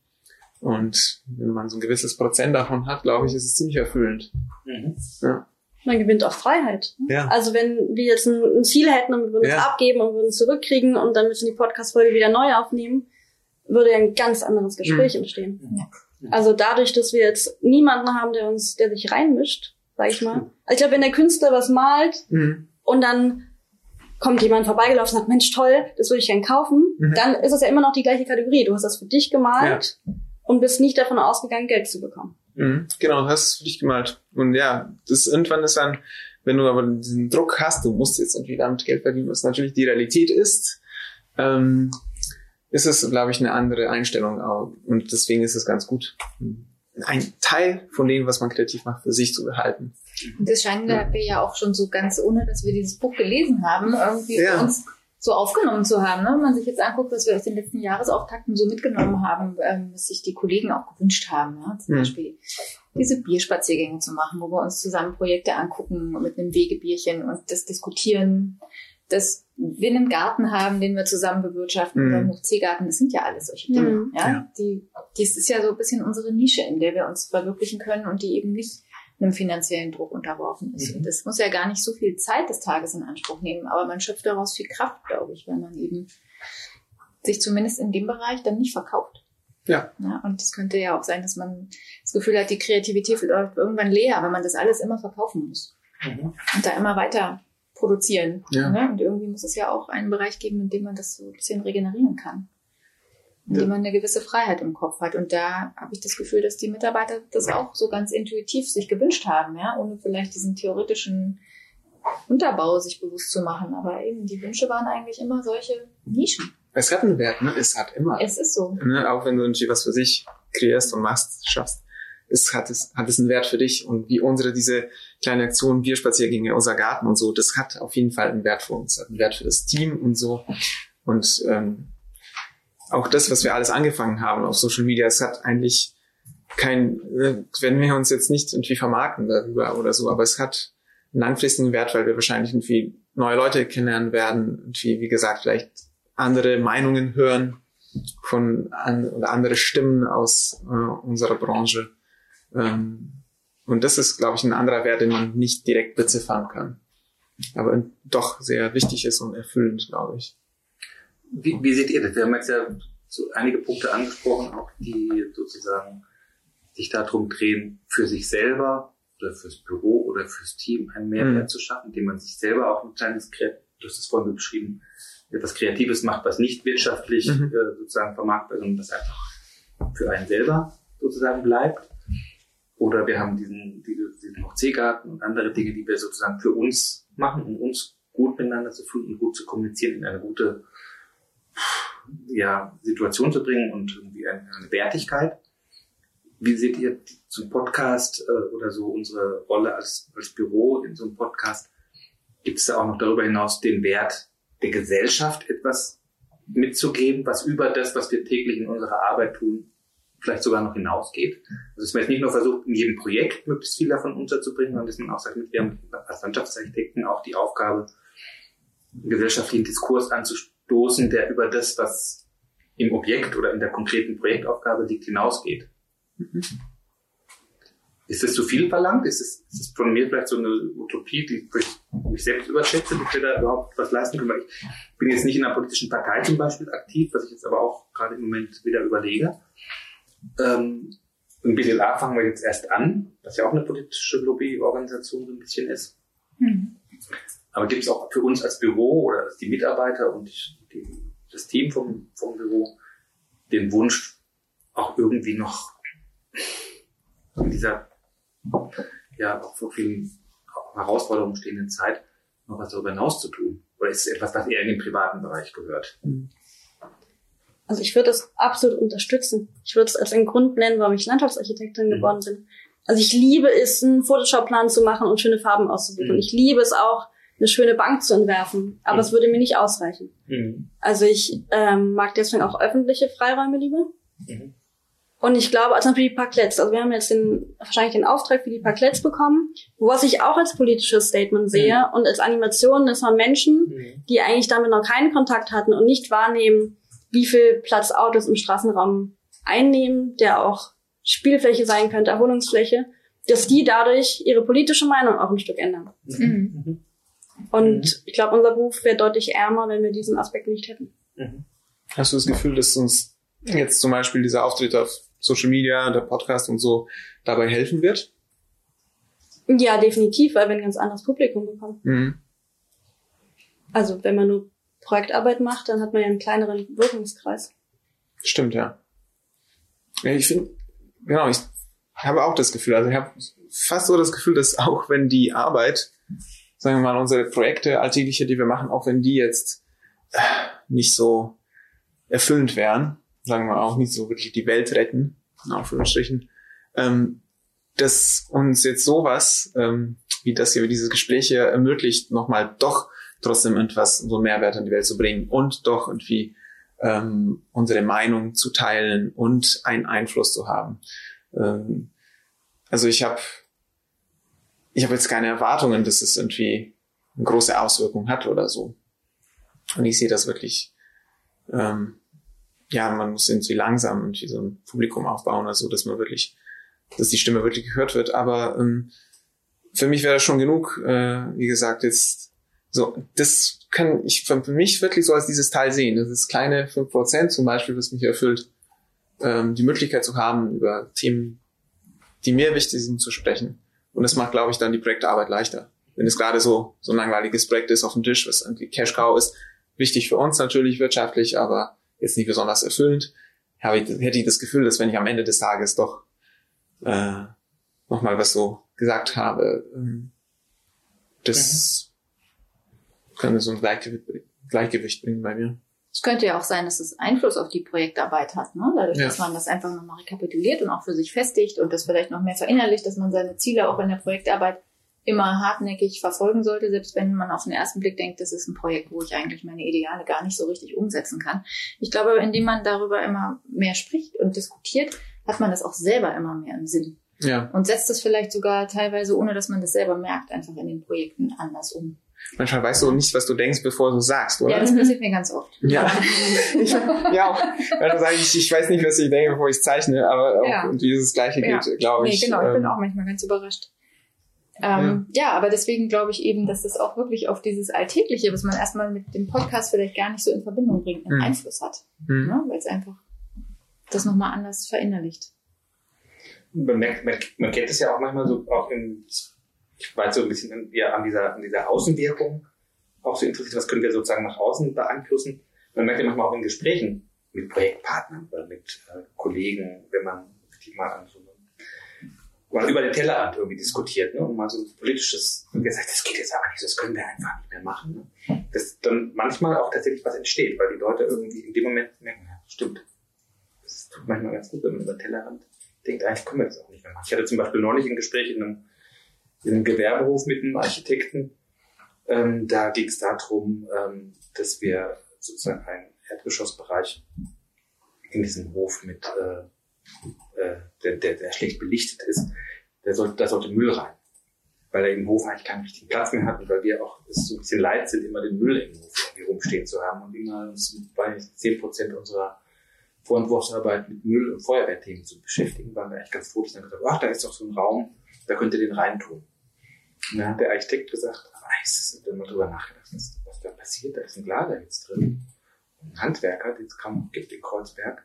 Speaker 1: Und wenn man so ein gewisses Prozent davon hat, glaube ich, ist es ziemlich erfüllend. Mhm. Ja.
Speaker 2: Man gewinnt auch Freiheit.
Speaker 1: Ja.
Speaker 2: Also wenn wir jetzt ein, ein Ziel hätten und wir würden ja. es abgeben und würden es zurückkriegen und dann müssen die Podcast-Folge wieder neu aufnehmen, würde ja ein ganz anderes Gespräch mhm. entstehen. Ja. Also dadurch, dass wir jetzt niemanden haben, der uns, der sich reinmischt, sag ich mal. Also ich glaube, wenn der Künstler was malt mhm. und dann kommt jemand vorbeigelaufen und sagt, Mensch, toll, das würde ich gern kaufen, mhm. dann ist es ja immer noch die gleiche Kategorie. Du hast das für dich gemalt ja. und bist nicht davon ausgegangen, Geld zu bekommen.
Speaker 1: Mhm. Genau, du hast es für dich gemalt. Und ja, das irgendwann ist dann, wenn du aber diesen Druck hast, du musst jetzt irgendwie damit Geld verdienen, was natürlich die Realität ist, ähm, ist es, glaube ich, eine andere Einstellung auch. Und deswegen ist es ganz gut, ein Teil von dem, was man kreativ macht, für sich zu behalten.
Speaker 4: Und das scheinen ja. wir ja auch schon so ganz, ohne dass wir dieses Buch gelesen haben, irgendwie
Speaker 1: ja.
Speaker 4: für uns so aufgenommen zu haben. Ne? Wenn man sich jetzt anguckt, was wir aus den letzten Jahresauftakten so mitgenommen haben, ähm, was sich die Kollegen auch gewünscht haben. Ne? Zum mhm. Beispiel diese Bierspaziergänge zu machen, wo wir uns zusammen Projekte angucken mit einem Wegebierchen und das diskutieren, dass wir einen Garten haben, den wir zusammen bewirtschaften, mhm. oder einen Hochzeegarten, das sind ja alles solche Dinge. Mhm. Ja? Ja. Die, das ist ja so ein bisschen unsere Nische, in der wir uns verwirklichen können und die eben nicht einem finanziellen Druck unterworfen ist. Mhm. Und das muss ja gar nicht so viel Zeit des Tages in Anspruch nehmen, aber man schöpft daraus viel Kraft, glaube ich, wenn man eben sich zumindest in dem Bereich dann nicht verkauft.
Speaker 1: Ja.
Speaker 4: Ja, und es könnte ja auch sein, dass man das Gefühl hat, die Kreativität läuft irgendwann leer, wenn man das alles immer verkaufen muss. Mhm. Und da immer weiter produzieren. Ja. Ne? Und irgendwie muss es ja auch einen Bereich geben, in dem man das so ein bisschen regenerieren kann. In dem man eine gewisse Freiheit im Kopf hat. Und da habe ich das Gefühl, dass die Mitarbeiter das auch so ganz intuitiv sich gewünscht haben, ja, ohne vielleicht diesen theoretischen Unterbau sich bewusst zu machen. Aber eben, die Wünsche waren eigentlich immer solche Nischen.
Speaker 1: Es hat einen Wert, ne? Es hat immer.
Speaker 4: Es ist so.
Speaker 1: Ne? Auch wenn du irgendwie was für sich kreierst und machst, schaffst, es hat es, hat es einen Wert für dich. Und wie unsere, diese kleine Aktion, Bierspaziergänge, unser Garten und so, das hat auf jeden Fall einen Wert für uns, hat einen Wert für das Team und so. Und, ähm, auch das, was wir alles angefangen haben auf Social Media, es hat eigentlich kein, wenn wir uns jetzt nicht irgendwie vermarkten darüber oder so, aber es hat einen langfristigen Wert, weil wir wahrscheinlich irgendwie neue Leute kennenlernen werden, irgendwie, wie gesagt, vielleicht andere Meinungen hören von an, oder andere Stimmen aus äh, unserer Branche. Ähm, und das ist, glaube ich, ein anderer Wert, den man nicht direkt beziffern kann. Aber doch sehr wichtig ist und erfüllend, glaube ich.
Speaker 3: Wie, wie seht ihr das? Wir haben jetzt ja so einige Punkte angesprochen, auch die sozusagen sich darum drehen, für sich selber oder fürs Büro oder fürs Team einen Mehrwert mhm. zu schaffen, indem man sich selber auch ein kleines, du hast es vorhin beschrieben, etwas Kreatives macht, was nicht wirtschaftlich mhm. äh, sozusagen vermarktbar ist, sondern das einfach für einen selber sozusagen bleibt. Oder wir haben diesen, diesen O C-Garten und andere Dinge, die wir sozusagen für uns machen, um uns gut miteinander zu fühlen und gut zu kommunizieren, in eine gute ja, Situation zu bringen und irgendwie eine, eine Wertigkeit. Wie seht ihr zum Podcast äh, oder so unsere Rolle als, als Büro in so einem Podcast? Gibt es da auch noch darüber hinaus den Wert der Gesellschaft, etwas mitzugeben, was über das, was wir täglich in unserer Arbeit tun, vielleicht sogar noch hinausgeht? Also dass man jetzt nicht nur versucht, in jedem Projekt möglichst viel davon unterzubringen, sondern dass man auch sagt, wir haben als Landschaftsarchitekten auch die Aufgabe, einen gesellschaftlichen Diskurs anzustoßen, der über das, was im Objekt oder in der konkreten Projektaufgabe liegt, hinausgeht. Mhm. Ist das zu viel verlangt? Ist es, ist es von mir vielleicht so eine Utopie, die ich mich selbst überschätze, dass wir da überhaupt was leisten können? Weil ich bin jetzt nicht in einer politischen Partei zum Beispiel aktiv, was ich jetzt aber auch gerade im Moment wieder überlege. Ähm, Im B D L A fangen wir jetzt erst an, was ja auch eine politische Lobbyorganisation so ein bisschen ist. Mhm. Aber gibt es auch für uns als Büro oder als die Mitarbeiter und die, das Team vom, vom Büro den Wunsch, auch irgendwie noch in dieser ja auch vor vielen Herausforderungen stehenden Zeit noch was darüber hinaus zu tun? Oder ist es etwas, was eher in den privaten Bereich gehört?
Speaker 2: Also ich würde das absolut unterstützen. Ich würde es als einen Grund nennen, warum ich Landschaftsarchitektin mhm. geworden bin. Also ich liebe es, einen Photoshop-Plan zu machen und schöne Farben auszusuchen. Mhm. Ich liebe es auch, eine schöne Bank zu entwerfen. Aber mhm. es würde mir nicht ausreichen. Mhm. Also ich ähm, mag deswegen auch öffentliche Freiräume lieber. Mhm. Und ich glaube, also für die Parklets, also wir haben jetzt den, wahrscheinlich den Auftrag für die Parklets bekommen, was ich auch als politisches Statement sehe mhm. und als Animation, dass man Menschen, mhm. die eigentlich damit noch keinen Kontakt hatten und nicht wahrnehmen, wie viel Platz Autos im Straßenraum einnehmen, der auch Spielfläche sein könnte, Erholungsfläche, dass die dadurch ihre politische Meinung auch ein Stück ändern. Mhm. Mhm. Und mhm. ich glaube, unser Beruf wäre deutlich ärmer, wenn wir diesen Aspekt nicht hätten.
Speaker 1: Mhm. Hast du das Gefühl, dass uns jetzt zum Beispiel dieser Auftritt auf Social Media, der Podcast und so dabei helfen wird?
Speaker 2: Ja, definitiv, weil wir ein ganz anderes Publikum bekommen. Mhm. Also wenn man nur Projektarbeit macht, dann hat man ja einen kleineren Wirkungskreis.
Speaker 1: Stimmt, ja. Ja, ich finde, genau, ich habe auch das Gefühl, also ich habe fast so das Gefühl, dass auch wenn die Arbeit, sagen wir mal, unsere Projekte, alltägliche, die wir machen, auch wenn die jetzt äh, nicht so erfüllend wären, sagen wir auch nicht so wirklich die Welt retten, in Anführungsstrichen, ähm, dass uns jetzt sowas, ähm, wie das hier, wie dieses Gespräch hier ermöglicht, nochmal doch trotzdem etwas, so einen Mehrwert in die Welt zu bringen und doch irgendwie ähm, unsere Meinung zu teilen und einen Einfluss zu haben. Ähm, also ich habe ich habe jetzt keine Erwartungen, dass es irgendwie eine große Auswirkung hat oder so. Und ich sehe das wirklich, ähm, ja, man muss irgendwie langsam irgendwie so ein Publikum aufbauen, also dass man wirklich, dass die Stimme wirklich gehört wird. Aber ähm, für mich wäre das schon genug, äh, wie gesagt, jetzt so, das kann ich für mich wirklich so als dieses Teil sehen. Das ist kleine fünf Prozent zum Beispiel, was mich erfüllt, ähm, die Möglichkeit zu haben, über Themen, die mir wichtig sind, zu sprechen. Und das macht, glaube ich, dann die Projektarbeit leichter. Wenn es gerade so, so ein langweiliges Projekt ist auf dem Tisch, was irgendwie Cash Cow ist, wichtig für uns natürlich wirtschaftlich, aber jetzt nicht besonders erfüllend, habe ich, hätte ich das Gefühl, dass wenn ich am Ende des Tages doch äh, nochmal was so gesagt habe, ähm, das mhm. könnte so ein Gleichgewicht, Gleichgewicht bringen bei mir.
Speaker 4: Es könnte ja auch sein, dass es Einfluss auf die Projektarbeit hat, ne? Dadurch, ja. dass man das einfach nochmal rekapituliert und auch für sich festigt und das vielleicht noch mehr verinnerlicht, dass man seine Ziele auch in der Projektarbeit immer hartnäckig verfolgen sollte, selbst wenn man auf den ersten Blick denkt, das ist ein Projekt, wo ich eigentlich meine Ideale gar nicht so richtig umsetzen kann. Ich glaube, indem man darüber immer mehr spricht und diskutiert, hat man das auch selber immer mehr im Sinn.
Speaker 1: Ja.
Speaker 4: Und setzt das vielleicht sogar teilweise, ohne dass man das selber merkt, einfach in den Projekten anders um.
Speaker 1: Manchmal weißt du nicht, was du denkst, bevor du sagst, oder?
Speaker 4: Ja, das passiert mir ganz oft.
Speaker 1: Ja, ich, ja auch. Weil du sagst, ich, ich weiß nicht, was ich denke, bevor ich zeichne, aber auch ja. dieses Gleiche
Speaker 4: ja.
Speaker 1: geht, glaube ich.
Speaker 4: Nee, genau, ich
Speaker 1: ähm,
Speaker 4: bin auch manchmal ganz überrascht. Ähm, ja. ja, aber deswegen glaube ich eben, dass das auch wirklich auf dieses Alltägliche, was man erstmal mit dem Podcast vielleicht gar nicht so in Verbindung bringt, einen mhm. Einfluss hat. Mhm. Ne? Weil es einfach das nochmal anders verinnerlicht.
Speaker 3: Man, merkt, man, man kennt es ja auch manchmal so, auch in, ich war jetzt so ein bisschen eher an dieser, an dieser Außenwirkung auch so interessiert, was können wir sozusagen nach außen beeinflussen. Man merkt ja manchmal auch in Gesprächen mit Projektpartnern oder mit äh, Kollegen, wenn man die mal an so mal über den Tellerrand irgendwie diskutiert, ne? Und mal so ein politisches, und gesagt, das geht jetzt aber nicht, das können wir einfach nicht mehr machen. Ne? Dass dann manchmal auch tatsächlich was entsteht, weil die Leute irgendwie in dem Moment merken, ja, stimmt. Das tut manchmal ganz gut, wenn man über den Tellerrand denkt, eigentlich können wir das auch nicht mehr machen. Ich hatte zum Beispiel neulich ein Gespräch in einem, in einem Gewerbehof mit einem Architekten. Ähm, da ging es darum, ähm, dass wir sozusagen einen Erdgeschossbereich in diesem Hof mit, äh, äh, der, der, der schlecht belichtet ist, der sollte, da sollte Müll rein. Weil er im Hof eigentlich keinen richtigen Platz mehr hat und weil wir auch es so ein bisschen leid sind, immer den Müll im Hof irgendwie rumstehen zu haben und immer uns bei zehn Prozent unserer Vorentwurfsarbeit mit Müll- und Feuerwehrthemen zu beschäftigen, waren wir eigentlich ganz froh, dass dann gesagt, ach, da ist doch so ein Raum, da könnt ihr den reintun. Und dann hat der Architekt gesagt, aber ist wenn man drüber nachgedacht, was, was da passiert, da ist ein Glaser jetzt drin, ein Handwerker, den es kaum gibt in Kreuzberg,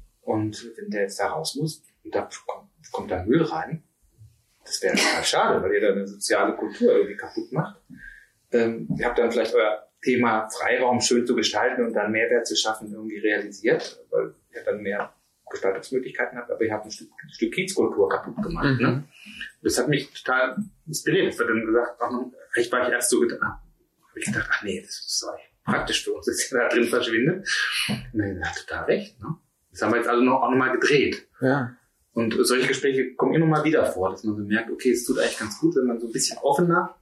Speaker 3: und wenn der jetzt da raus muss, und da kommt, kommt da Müll rein, das wäre total schade, weil ihr da eine soziale Kultur irgendwie kaputt macht. Ähm, ihr habt dann vielleicht euer Thema Freiraum schön zu gestalten und dann Mehrwert zu schaffen irgendwie realisiert, weil ihr dann mehr Gestaltungsmöglichkeiten habt, aber ihr habt ein Stück, ein Stück Kiezkultur kaputt gemacht. Mhm. Ne? Das hat mich total inspiriert. Ich habe dann gesagt, ach, ich war ich erst so gedacht, habe ich gedacht, ach nee, das ist so praktisch für uns, dass ihr da drin verschwindet. Und dann hat total recht. Ne? Das haben wir jetzt also noch, auch nochmal gedreht. Ja. Und solche Gespräche kommen immer mal wieder vor, dass man so merkt, okay, es tut eigentlich ganz gut, wenn man so ein bisschen offener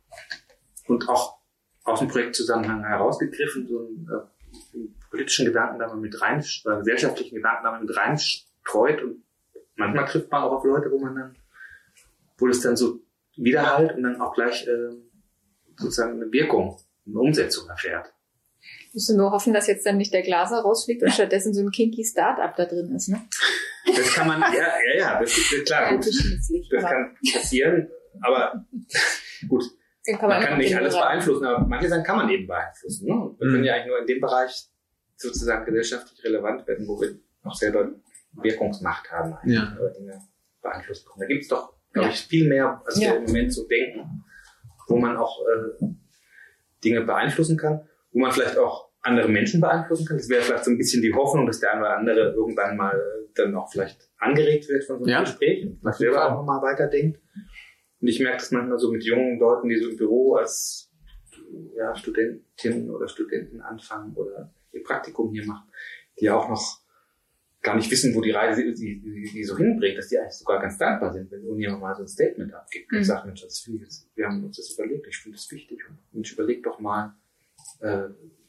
Speaker 3: und auch aus dem Projektzusammenhang herausgegriffen so einen, äh, einen politischen Gedanken da mal mit rein, oder gesellschaftlichen Gedanken da mal mit reinstreut, und manchmal trifft man auch auf Leute, wo man dann, wo das dann so widerhallt und dann auch gleich äh, sozusagen eine Wirkung, eine Umsetzung erfährt.
Speaker 4: Musst du nur hoffen, dass jetzt dann nicht der Glaser rausfliegt und stattdessen so ein kinky Start-up da drin ist, ne?
Speaker 3: Das kann man, ja, ja, ja, das ist klar. Gut. Das kann passieren, aber gut. Kann man, man kann nicht alles beeinflussen, aber manche Sachen kann man eben beeinflussen. Ne? Wir mhm. können ja eigentlich nur in dem Bereich sozusagen gesellschaftlich relevant werden, wo wir auch selber Wirkungsmacht haben, ja. Oder Dinge beeinflussen können. Da gibt es doch, glaube ich, viel mehr, als ja. wir im Moment so denken, wo man auch äh, Dinge beeinflussen kann, wo man vielleicht auch andere Menschen beeinflussen kann. Das wäre vielleicht so ein bisschen die Hoffnung, dass der eine oder andere irgendwann mal dann auch vielleicht angeregt wird von so einem ja. Gespräch und vielleicht selber auch nochmal weiterdenkt. Und ich merke das manchmal so mit jungen Leuten, die so im Büro als ja, Studentinnen oder Studenten anfangen oder ihr Praktikum hier machen, die auch noch gar nicht wissen, wo die Reise die, die, die so hinbringt, dass die eigentlich sogar ganz dankbar sind, wenn irgendjemand mal so ein Statement abgibt und mhm. sagt, Mensch, das finde ich jetzt, wir haben uns das überlegt, ich finde das wichtig, und Mensch, überleg doch mal, äh,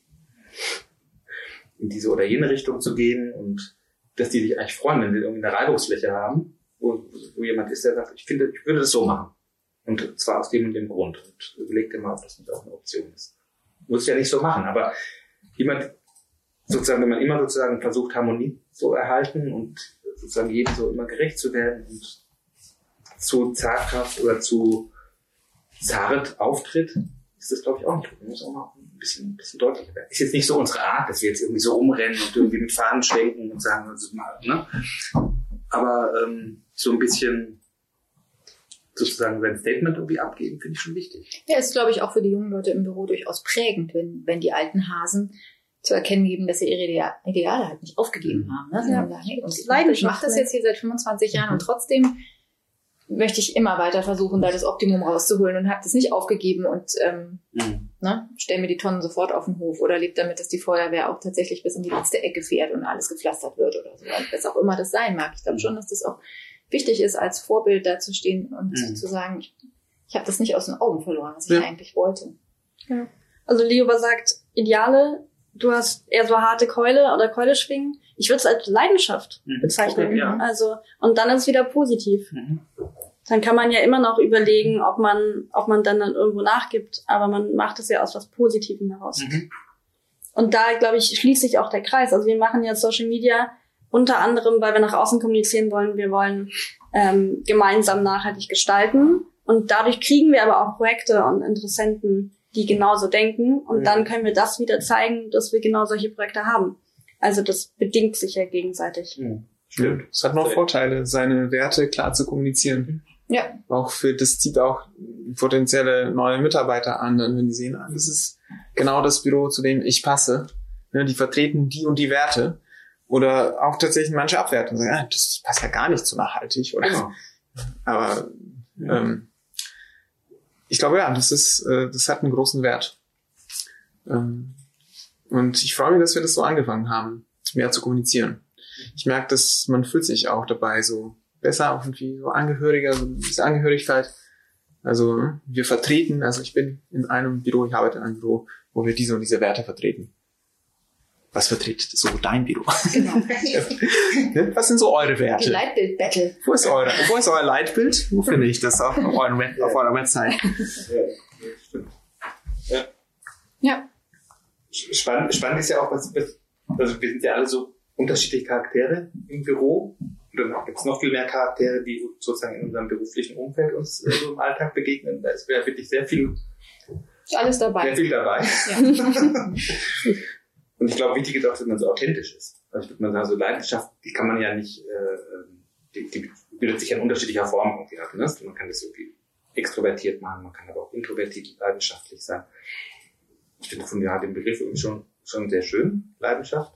Speaker 3: in diese oder jene Richtung zu gehen, und dass die sich eigentlich freuen, wenn sie irgendwie eine Reibungsfläche haben, wo, wo jemand ist, der sagt, ich finde, ich würde das so machen. Und zwar aus dem und dem Grund. Und überleg dir mal, ob das nicht auch eine Option ist. Muss es ja nicht so machen, aber jemand, sozusagen, wenn man immer sozusagen versucht, Harmonie zu erhalten und sozusagen jedem so immer gerecht zu werden und zu zaghaft oder zu zart auftritt, ist das, glaube ich, auch nicht gut. Man muss auch mal ein bisschen, ein bisschen deutlicher werden. Ist jetzt nicht so unsere Art, dass wir jetzt irgendwie so umrennen und irgendwie mit Fahnen schwenken und sagen, das ist mal, ne? Aber ähm, so ein bisschen sozusagen sein Statement irgendwie abgeben, finde ich schon wichtig.
Speaker 4: Ja, ist, glaube ich, auch für die jungen Leute im Büro durchaus prägend, wenn, wenn die alten Hasen zu erkennen geben, dass sie ihre Ideale halt nicht aufgegeben haben. Ne? Ja. Sagen, hey, und ich mache mach das jetzt hier seit fünfundzwanzig Jahren und trotzdem möchte ich immer weiter versuchen, da das Optimum rauszuholen und habe das nicht aufgegeben und ähm, mhm. ne, stell mir die Tonnen sofort auf den Hof oder lebe damit, dass die Feuerwehr auch tatsächlich bis in die letzte Ecke fährt und alles gepflastert wird oder so. Was auch immer das sein mag. Ich glaube schon, dass das auch wichtig ist, als Vorbild dazustehen und mhm. zu sagen, ich, ich habe das nicht aus den Augen verloren, was ja. ich eigentlich wollte.
Speaker 2: Ja. Also Lioba sagt, Ideale, du hast eher so harte Keule oder Keule schwingen. Ich würde es als Leidenschaft mhm. bezeichnen. Okay, ja. Also, und dann ist es wieder positiv. Mhm. Dann kann man ja immer noch überlegen, ob man, ob man dann, dann irgendwo nachgibt, aber man macht es ja aus was Positivem heraus. Mhm. Und da, glaube ich, schließt sich auch der Kreis. Also wir machen ja Social Media unter anderem, weil wir nach außen kommunizieren wollen. Wir wollen ähm, gemeinsam nachhaltig gestalten. Und dadurch kriegen wir aber auch Projekte und Interessenten, die genauso denken. Und mhm. dann können wir das wieder zeigen, dass wir genau solche Projekte haben. Also das bedingt sich ja gegenseitig.
Speaker 1: Mhm. Stimmt. Es hat noch Vorteile, seine Werte klar zu kommunizieren.
Speaker 2: Ja.
Speaker 1: Auch für, das zieht auch potenzielle neue Mitarbeiter an, wenn die sehen, ah, das ist genau das Büro, zu dem ich passe. Die vertreten die und die Werte. Oder auch tatsächlich manche abwerten und sagen, ah, das passt ja gar nicht so nachhaltig. Oder genau. Aber ähm, ich glaube, ja, das ist, äh, das hat einen großen Wert. Ähm, und ich freue mich, dass wir das so angefangen haben, mehr zu kommunizieren. Ich merke, dass man fühlt sich auch dabei so besser, irgendwie so Angehöriger, so diese Angehörigkeit. Also wir vertreten, also ich bin in einem Büro, ich arbeite in einem Büro, wo wir diese und diese Werte vertreten. Was vertritt so dein Büro? Genau. Was sind so eure Werte?
Speaker 4: Die Leitbild-Battle.
Speaker 1: Wo ist eure, wo ist euer Leitbild? Wo finde ich das auf, euren, auf eurer Website?
Speaker 3: Ja, stimmt. Ja.
Speaker 4: Ja.
Speaker 3: Spannend, spannend ist ja auch, was, also wir sind ja alle so unterschiedliche Charaktere im Büro. Und dann gibt es noch viel mehr Charaktere, die sozusagen in unserem beruflichen Umfeld uns äh, so im Alltag begegnen. Da ist ja wirklich sehr viel,
Speaker 4: ist alles dabei.
Speaker 3: Sehr viel dabei. Ja. Und ich glaube, wichtig ist auch, dass man so authentisch ist. Also ich würde mal sagen, so Leidenschaft, die kann man ja nicht, äh, die, die bildet sich ja in unterschiedlicher Form irgendwie ab. Ne? Man kann das irgendwie extrovertiert machen, man kann aber auch introvertiert leidenschaftlich sein. Ich finde von ja den Begriff irgendwie schon, schon sehr schön, Leidenschaft.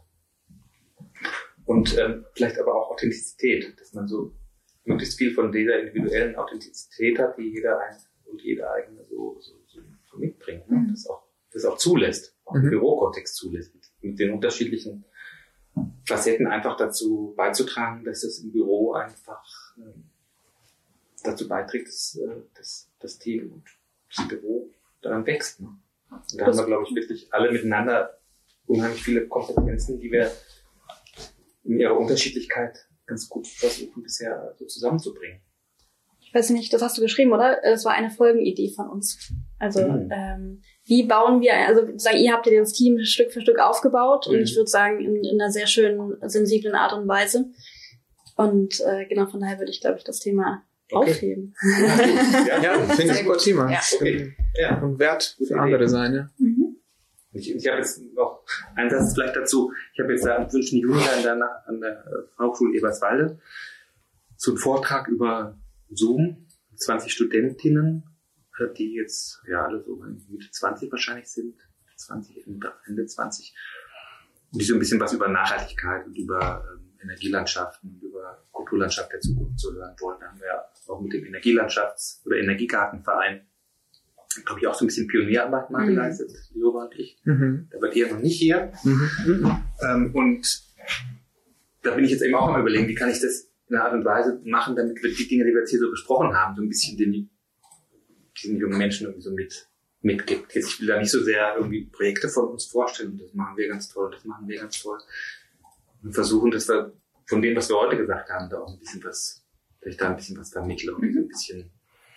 Speaker 3: Und ähm, vielleicht aber auch Authentizität, dass man so möglichst viel von dieser individuellen Authentizität hat, die jeder ein, und jeder eigene so, so, so, so mitbringt. Ne? Mhm. Das auch, das auch zulässt, auch mhm. im Bürokontext zulässt, mit, mit den unterschiedlichen Facetten einfach dazu beizutragen, dass es im Büro einfach äh, dazu beiträgt, dass, äh, dass das Team und das Büro daran wächst. Ne? Und da haben wir, glaube ich, wirklich alle miteinander unheimlich viele Kompetenzen, die wir in ihrer Unterschiedlichkeit ganz gut versuchen, bisher so zusammenzubringen.
Speaker 2: Ich weiß nicht, das hast du geschrieben, oder? Das war eine Folgenidee von uns. Also, mhm. ähm, wie bauen wir, also sagen, ihr habt ja das Team Stück für Stück aufgebaut mhm. und ich würde sagen, in, in einer sehr schönen, sensiblen Art und Weise. Und äh, genau, von daher würde ich, glaube ich, das Thema okay. aufheben.
Speaker 1: Ja, ja finde ich ein super Thema.
Speaker 4: Ja.
Speaker 3: Okay. Ja.
Speaker 1: Und Wert für andere sein, ja.
Speaker 2: Mhm.
Speaker 3: Ich, ich habe jetzt noch einen Satz vielleicht dazu. Ich habe jetzt da am fünften Juni an der, an der Fachhochschule Eberswalde so einen Vortrag über Zoom, zwanzig Studentinnen, die jetzt ja alle so Mitte zwanzig wahrscheinlich sind, zwanzig, Ende zwanzig, und die so ein bisschen was über Nachhaltigkeit und über ähm, Energielandschaften und über Kulturlandschaft der Zukunft zu hören wollen. Da haben wir auch mit dem Energielandschafts- oder Energiegartenverein, glaube ich, auch so ein bisschen Pionierarbeit mal mhm. geleistet, Jova und ich. Mhm. Da war ihr noch nicht hier. Mhm. Mhm. Ähm, und da bin ich jetzt eben auch am Überlegen, wie kann ich das in einer Art und Weise machen, damit wir die Dinge, die wir jetzt hier so besprochen haben, so ein bisschen den, diesen jungen Menschen irgendwie so mit, mitgibt. Jetzt, ich will da nicht so sehr irgendwie Projekte von uns vorstellen, das machen wir ganz toll, das machen wir ganz toll. Und versuchen, dass wir von dem, was wir heute gesagt haben, da auch ein bisschen was, dass ich da ein bisschen was vermittle und mhm. so ein bisschen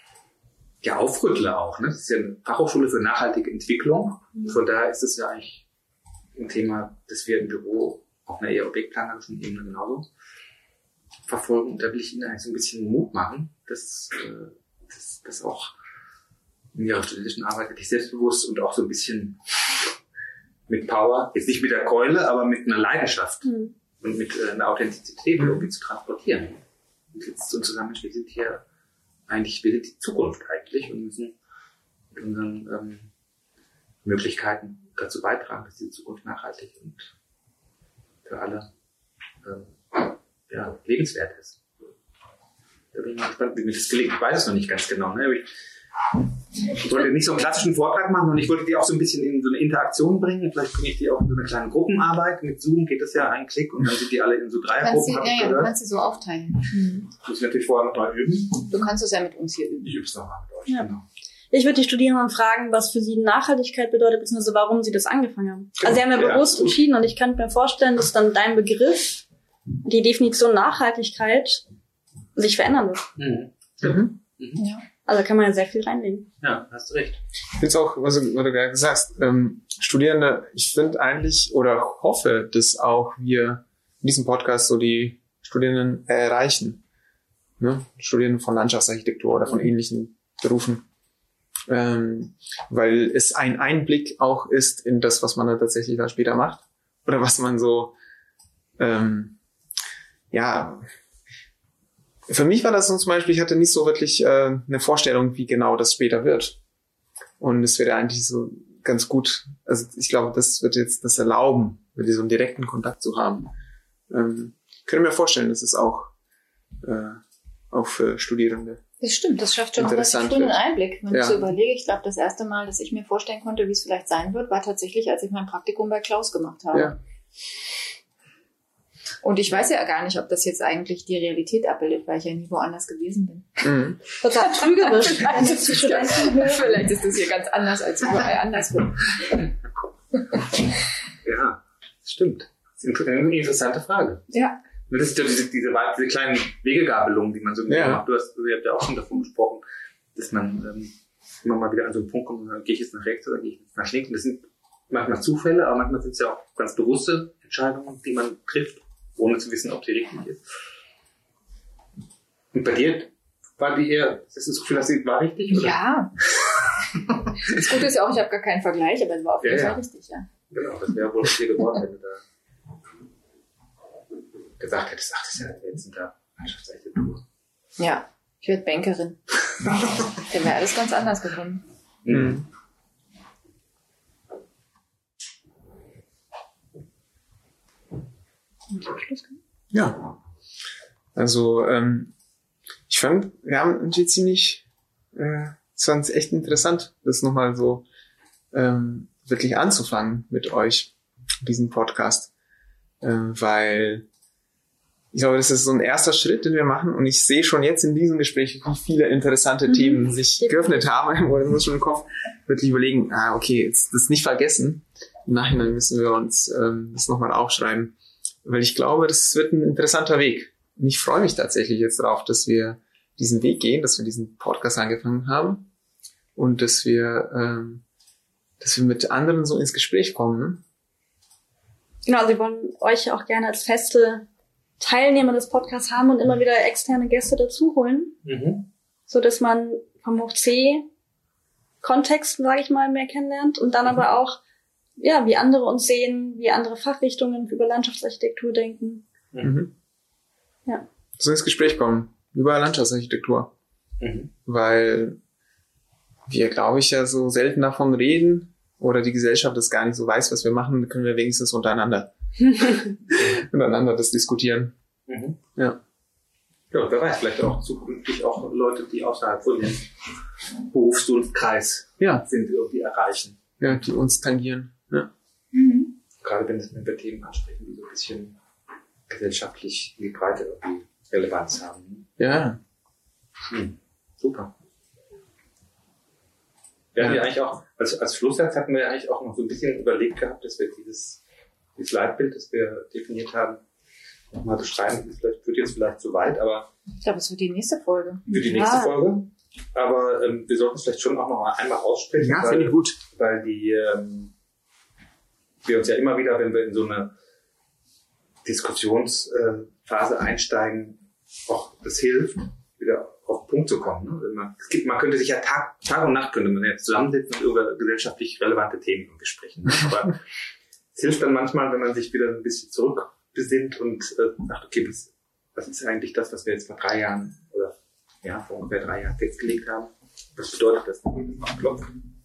Speaker 3: ja, aufrüttle auch. Ne? Das ist ja eine Fachhochschule für nachhaltige Entwicklung. Mhm. Von daher ist es ja eigentlich ein Thema, das wir im Büro auf einer eher objektplanerischen Ebene genauso verfolgen. Und da will ich Ihnen eigentlich so ein bisschen Mut machen, dass das dass auch in Ihrer studentischen Arbeit wirklich selbstbewusst und auch so ein bisschen mit Power, jetzt nicht mit der Keule, aber mit einer Leidenschaft mhm. und mit äh, einer Authentizität irgendwie zu transportieren. Und jetzt und zusammen, wir sind hier eigentlich, wir sind die Zukunft eigentlich und müssen mit unseren ähm, Möglichkeiten dazu beitragen, dass diese Zukunft nachhaltig und für alle ähm, ja, lebenswert ist. Da bin ich mal gespannt, wie mir das gelingt. Ich weiß es noch nicht ganz genau. Ne? Ich, ich wollte nicht so einen klassischen Vortrag machen, sondern ich wollte die auch so ein bisschen in so eine Interaktion bringen. Vielleicht bringe ich die auch in so eine kleine Gruppenarbeit. Mit Zoom geht das ja ein Klick und dann sind die alle in so Dreiergruppen.
Speaker 4: Ja, ja, du kannst sie so aufteilen. Mhm.
Speaker 3: Muss ich natürlich vorher noch mal üben.
Speaker 4: Du kannst es ja mit uns hier üben.
Speaker 3: Ich übe es nochmal mit euch,
Speaker 2: ja.
Speaker 3: genau.
Speaker 2: Ich würde die Studierenden fragen, was für sie Nachhaltigkeit bedeutet, beziehungsweise warum sie das angefangen haben. Genau. Also sie haben ja, ja bewusst ja. entschieden und ich kann mir vorstellen, dass dann dein Begriff, die Definition Nachhaltigkeit sich verändern wird.
Speaker 3: Mhm.
Speaker 2: Mhm.
Speaker 3: Mhm.
Speaker 2: Ja. Also kann man ja sehr viel reinlegen.
Speaker 3: Ja, hast du recht.
Speaker 1: Ich finde es auch, was du, was du gerade sagst, ähm, Studierende, ich finde eigentlich oder hoffe, dass auch wir in diesem Podcast so die Studierenden erreichen. Ne? Studierende von Landschaftsarchitektur oder von ähnlichen Berufen. Ähm, weil es ein Einblick auch ist in das, was man dann tatsächlich dann später macht. Oder was man so, ähm, ja, für mich war das zum Beispiel, ich hatte nicht so wirklich äh, eine Vorstellung, wie genau das später wird. Und es wäre eigentlich so ganz gut, also ich glaube, das wird jetzt das erlauben, mit so einen direkten Kontakt zu haben. Ähm, ich könnte mir vorstellen, dass es auch äh, auch für Studierende.
Speaker 4: Das stimmt, das schafft schon einen frühen Einblick. Wenn ja. ich so überlege, ich glaube, das erste Mal, dass ich mir vorstellen konnte, wie es vielleicht sein wird, war tatsächlich, als ich mein Praktikum bei Klaus gemacht habe. Ja. Und ich weiß ja gar nicht, ob das jetzt eigentlich die Realität abbildet, weil ich ja nie woanders gewesen bin. Mhm.
Speaker 2: Total trügerisch.
Speaker 4: Vielleicht ist das hier ganz anders als überall anderswo.
Speaker 3: Ja, das stimmt. Das ist eine interessante Frage.
Speaker 4: Ja.
Speaker 3: Das ist ja diese, diese, diese kleinen Wegegabelungen, die man so ja. macht. Du hast, du habt ja auch schon davon gesprochen, dass man ähm, immer mal wieder an so einen Punkt kommt und sagt, gehe ich jetzt nach rechts oder gehe ich jetzt nach links? Und das sind manchmal Zufälle, aber manchmal sind es ja auch ganz bewusste Entscheidungen, die man trifft, ohne zu wissen, ob die richtig ist. Und bei dir war die eher, das ist das Gefühl, dass sie war richtig? Oder?
Speaker 4: Ja. Das Gute ist ja auch, ich habe gar keinen Vergleich, aber es war auf jeden ja, Fall ja. richtig, ja.
Speaker 3: Genau, das wäre wohl hier geworden, wenn du da gesagt hättest, ach, das ist ja jetzt in der Mannschaftsarchitektur.
Speaker 4: Ja, ich werde Bankerin. Dann wäre alles ganz anders gekommen. Mhm.
Speaker 1: Ja. Also, ähm, ich fand, wir haben irgendwie ziemlich, äh, es fand es echt interessant, das nochmal so ähm, wirklich anzufangen mit euch, diesen Podcast. Äh, weil ich glaube, das ist so ein erster Schritt, den wir machen. Und ich sehe schon jetzt in diesem Gespräch, wie viele interessante mhm. Themen sich geöffnet haben. Wo ich muss schon im Kopf wirklich überlegen, ah, okay, jetzt das nicht vergessen. Im Nachhinein müssen wir uns ähm, das nochmal aufschreiben. Weil ich glaube, das wird ein interessanter Weg. Und ich freue mich tatsächlich jetzt darauf, dass wir diesen Weg gehen, dass wir diesen Podcast angefangen haben. Und dass wir, ähm, dass wir mit anderen so ins Gespräch kommen.
Speaker 2: Genau, also wir wollen euch auch gerne als feste Teilnehmer des Podcasts haben und immer wieder externe Gäste dazu holen, mhm. so dass man vom Hoch C Kontexten, sage ich mal, mehr kennenlernt und dann mhm. aber auch, ja, wie andere uns sehen, wie andere Fachrichtungen über Landschaftsarchitektur denken.
Speaker 1: Mhm.
Speaker 2: Ja.
Speaker 1: So ins Gespräch kommen über Landschaftsarchitektur, mhm. weil wir, glaube ich, ja so selten davon reden oder die Gesellschaft das gar nicht so weiß, was wir machen, dann können wir wenigstens untereinander miteinander das diskutieren.
Speaker 3: Mhm.
Speaker 1: Ja.
Speaker 3: Ja, wer weiß, vielleicht auch zukünftig auch Leute, die außerhalb von dem Berufsdunstkreis
Speaker 1: ja.
Speaker 3: sind, irgendwie erreichen.
Speaker 1: Ja, die uns tangieren. Ja.
Speaker 3: Mhm. Gerade wenn es wenn wir Themen ansprechen, die so ein bisschen gesellschaftlich in die Breite irgendwie Relevanz haben.
Speaker 1: Ja.
Speaker 3: Hm. Super. Wir hatten ja eigentlich auch, als, als Schlusssatz hatten wir eigentlich auch noch so ein bisschen überlegt gehabt, dass wir dieses Dieses Leitbild, das wir definiert haben, nochmal beschreiben. Vielleicht führt jetzt vielleicht zu weit, aber...
Speaker 4: Ich glaube, es wird die nächste Folge.
Speaker 3: Für die nächste ja. Folge. Aber ähm, wir sollten es vielleicht schon auch noch mal einmal aussprechen.
Speaker 1: Ja, finde ich gut.
Speaker 3: Weil die, ähm, wir uns ja immer wieder, wenn wir in so eine Diskussionsphase äh, einsteigen, auch das hilft, wieder auf den Punkt zu kommen. Ne? Man, es gibt, man könnte sich ja Tag, Tag und Nacht könnte man jetzt zusammensitzen und über gesellschaftlich relevante Themen besprechen. Ne? Aber es hilft dann manchmal, wenn man sich wieder ein bisschen zurückbesinnt und äh, sagt, okay, was, was ist eigentlich das, was wir jetzt vor drei Jahren oder ja, vor ungefähr drei Jahren festgelegt haben? Was bedeutet das denn jedes Mal klopfen?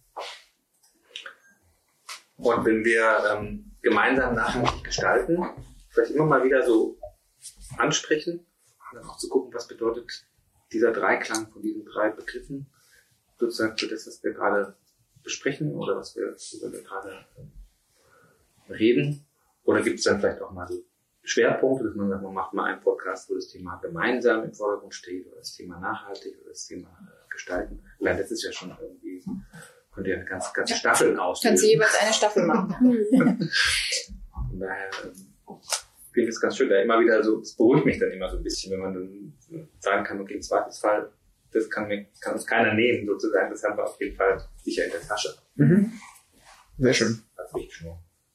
Speaker 3: Und wenn wir ähm, gemeinsam nachhaltig gestalten, vielleicht immer mal wieder so ansprechen und dann auch zu gucken, was bedeutet dieser Dreiklang von diesen drei Begriffen sozusagen für das, was wir gerade besprechen oder was wir, worüber wir gerade äh, reden. Oder gibt es dann vielleicht auch mal so Schwerpunkte, dass man sagt, man macht mal einen Podcast, wo das Thema gemeinsam im Vordergrund steht oder das Thema nachhaltig oder das Thema äh, gestalten. Allein das ist ja schon irgendwie, könnte ja eine ganze, ganze Staffeln auslösen.
Speaker 4: Kannst du jeweils eine Staffel machen.
Speaker 3: Von daher ähm, finde ich es ganz schön, da immer wieder so, es beruhigt mich dann immer so ein bisschen, wenn man dann sagen kann, okay, im Zweifelsfall, das kann, mir, kann uns keiner nehmen, sozusagen, das haben wir auf jeden Fall sicher in der Tasche.
Speaker 1: Mhm. Sehr schön.
Speaker 3: Das will ich schon.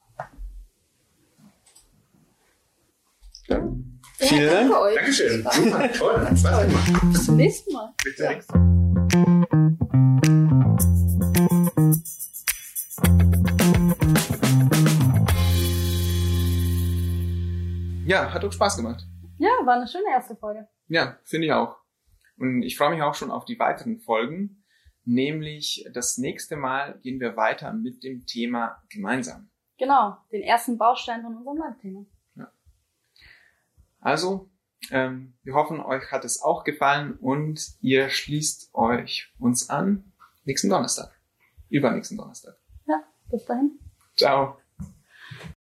Speaker 1: Ja. Vielen Dank.
Speaker 4: Danke euch.
Speaker 3: Dankeschön. Super, toll. Hat Spaß gemacht.
Speaker 2: Bis zum nächsten Mal.
Speaker 3: Bis zum nächsten Mal.
Speaker 1: Ja, hat uns Spaß gemacht.
Speaker 2: Ja, war eine schöne erste Folge.
Speaker 1: Ja, finde ich auch. Und ich freue mich auch schon auf die weiteren Folgen. Nämlich das nächste Mal gehen wir weiter mit dem Thema gemeinsam.
Speaker 2: Genau, den ersten Baustein von unserem Leitthema.
Speaker 1: Ja. Also, Ähm, wir hoffen, euch hat es auch gefallen und ihr schließt euch uns an nächsten Donnerstag. Übernächsten Donnerstag.
Speaker 2: Ja, bis dahin.
Speaker 1: Ciao.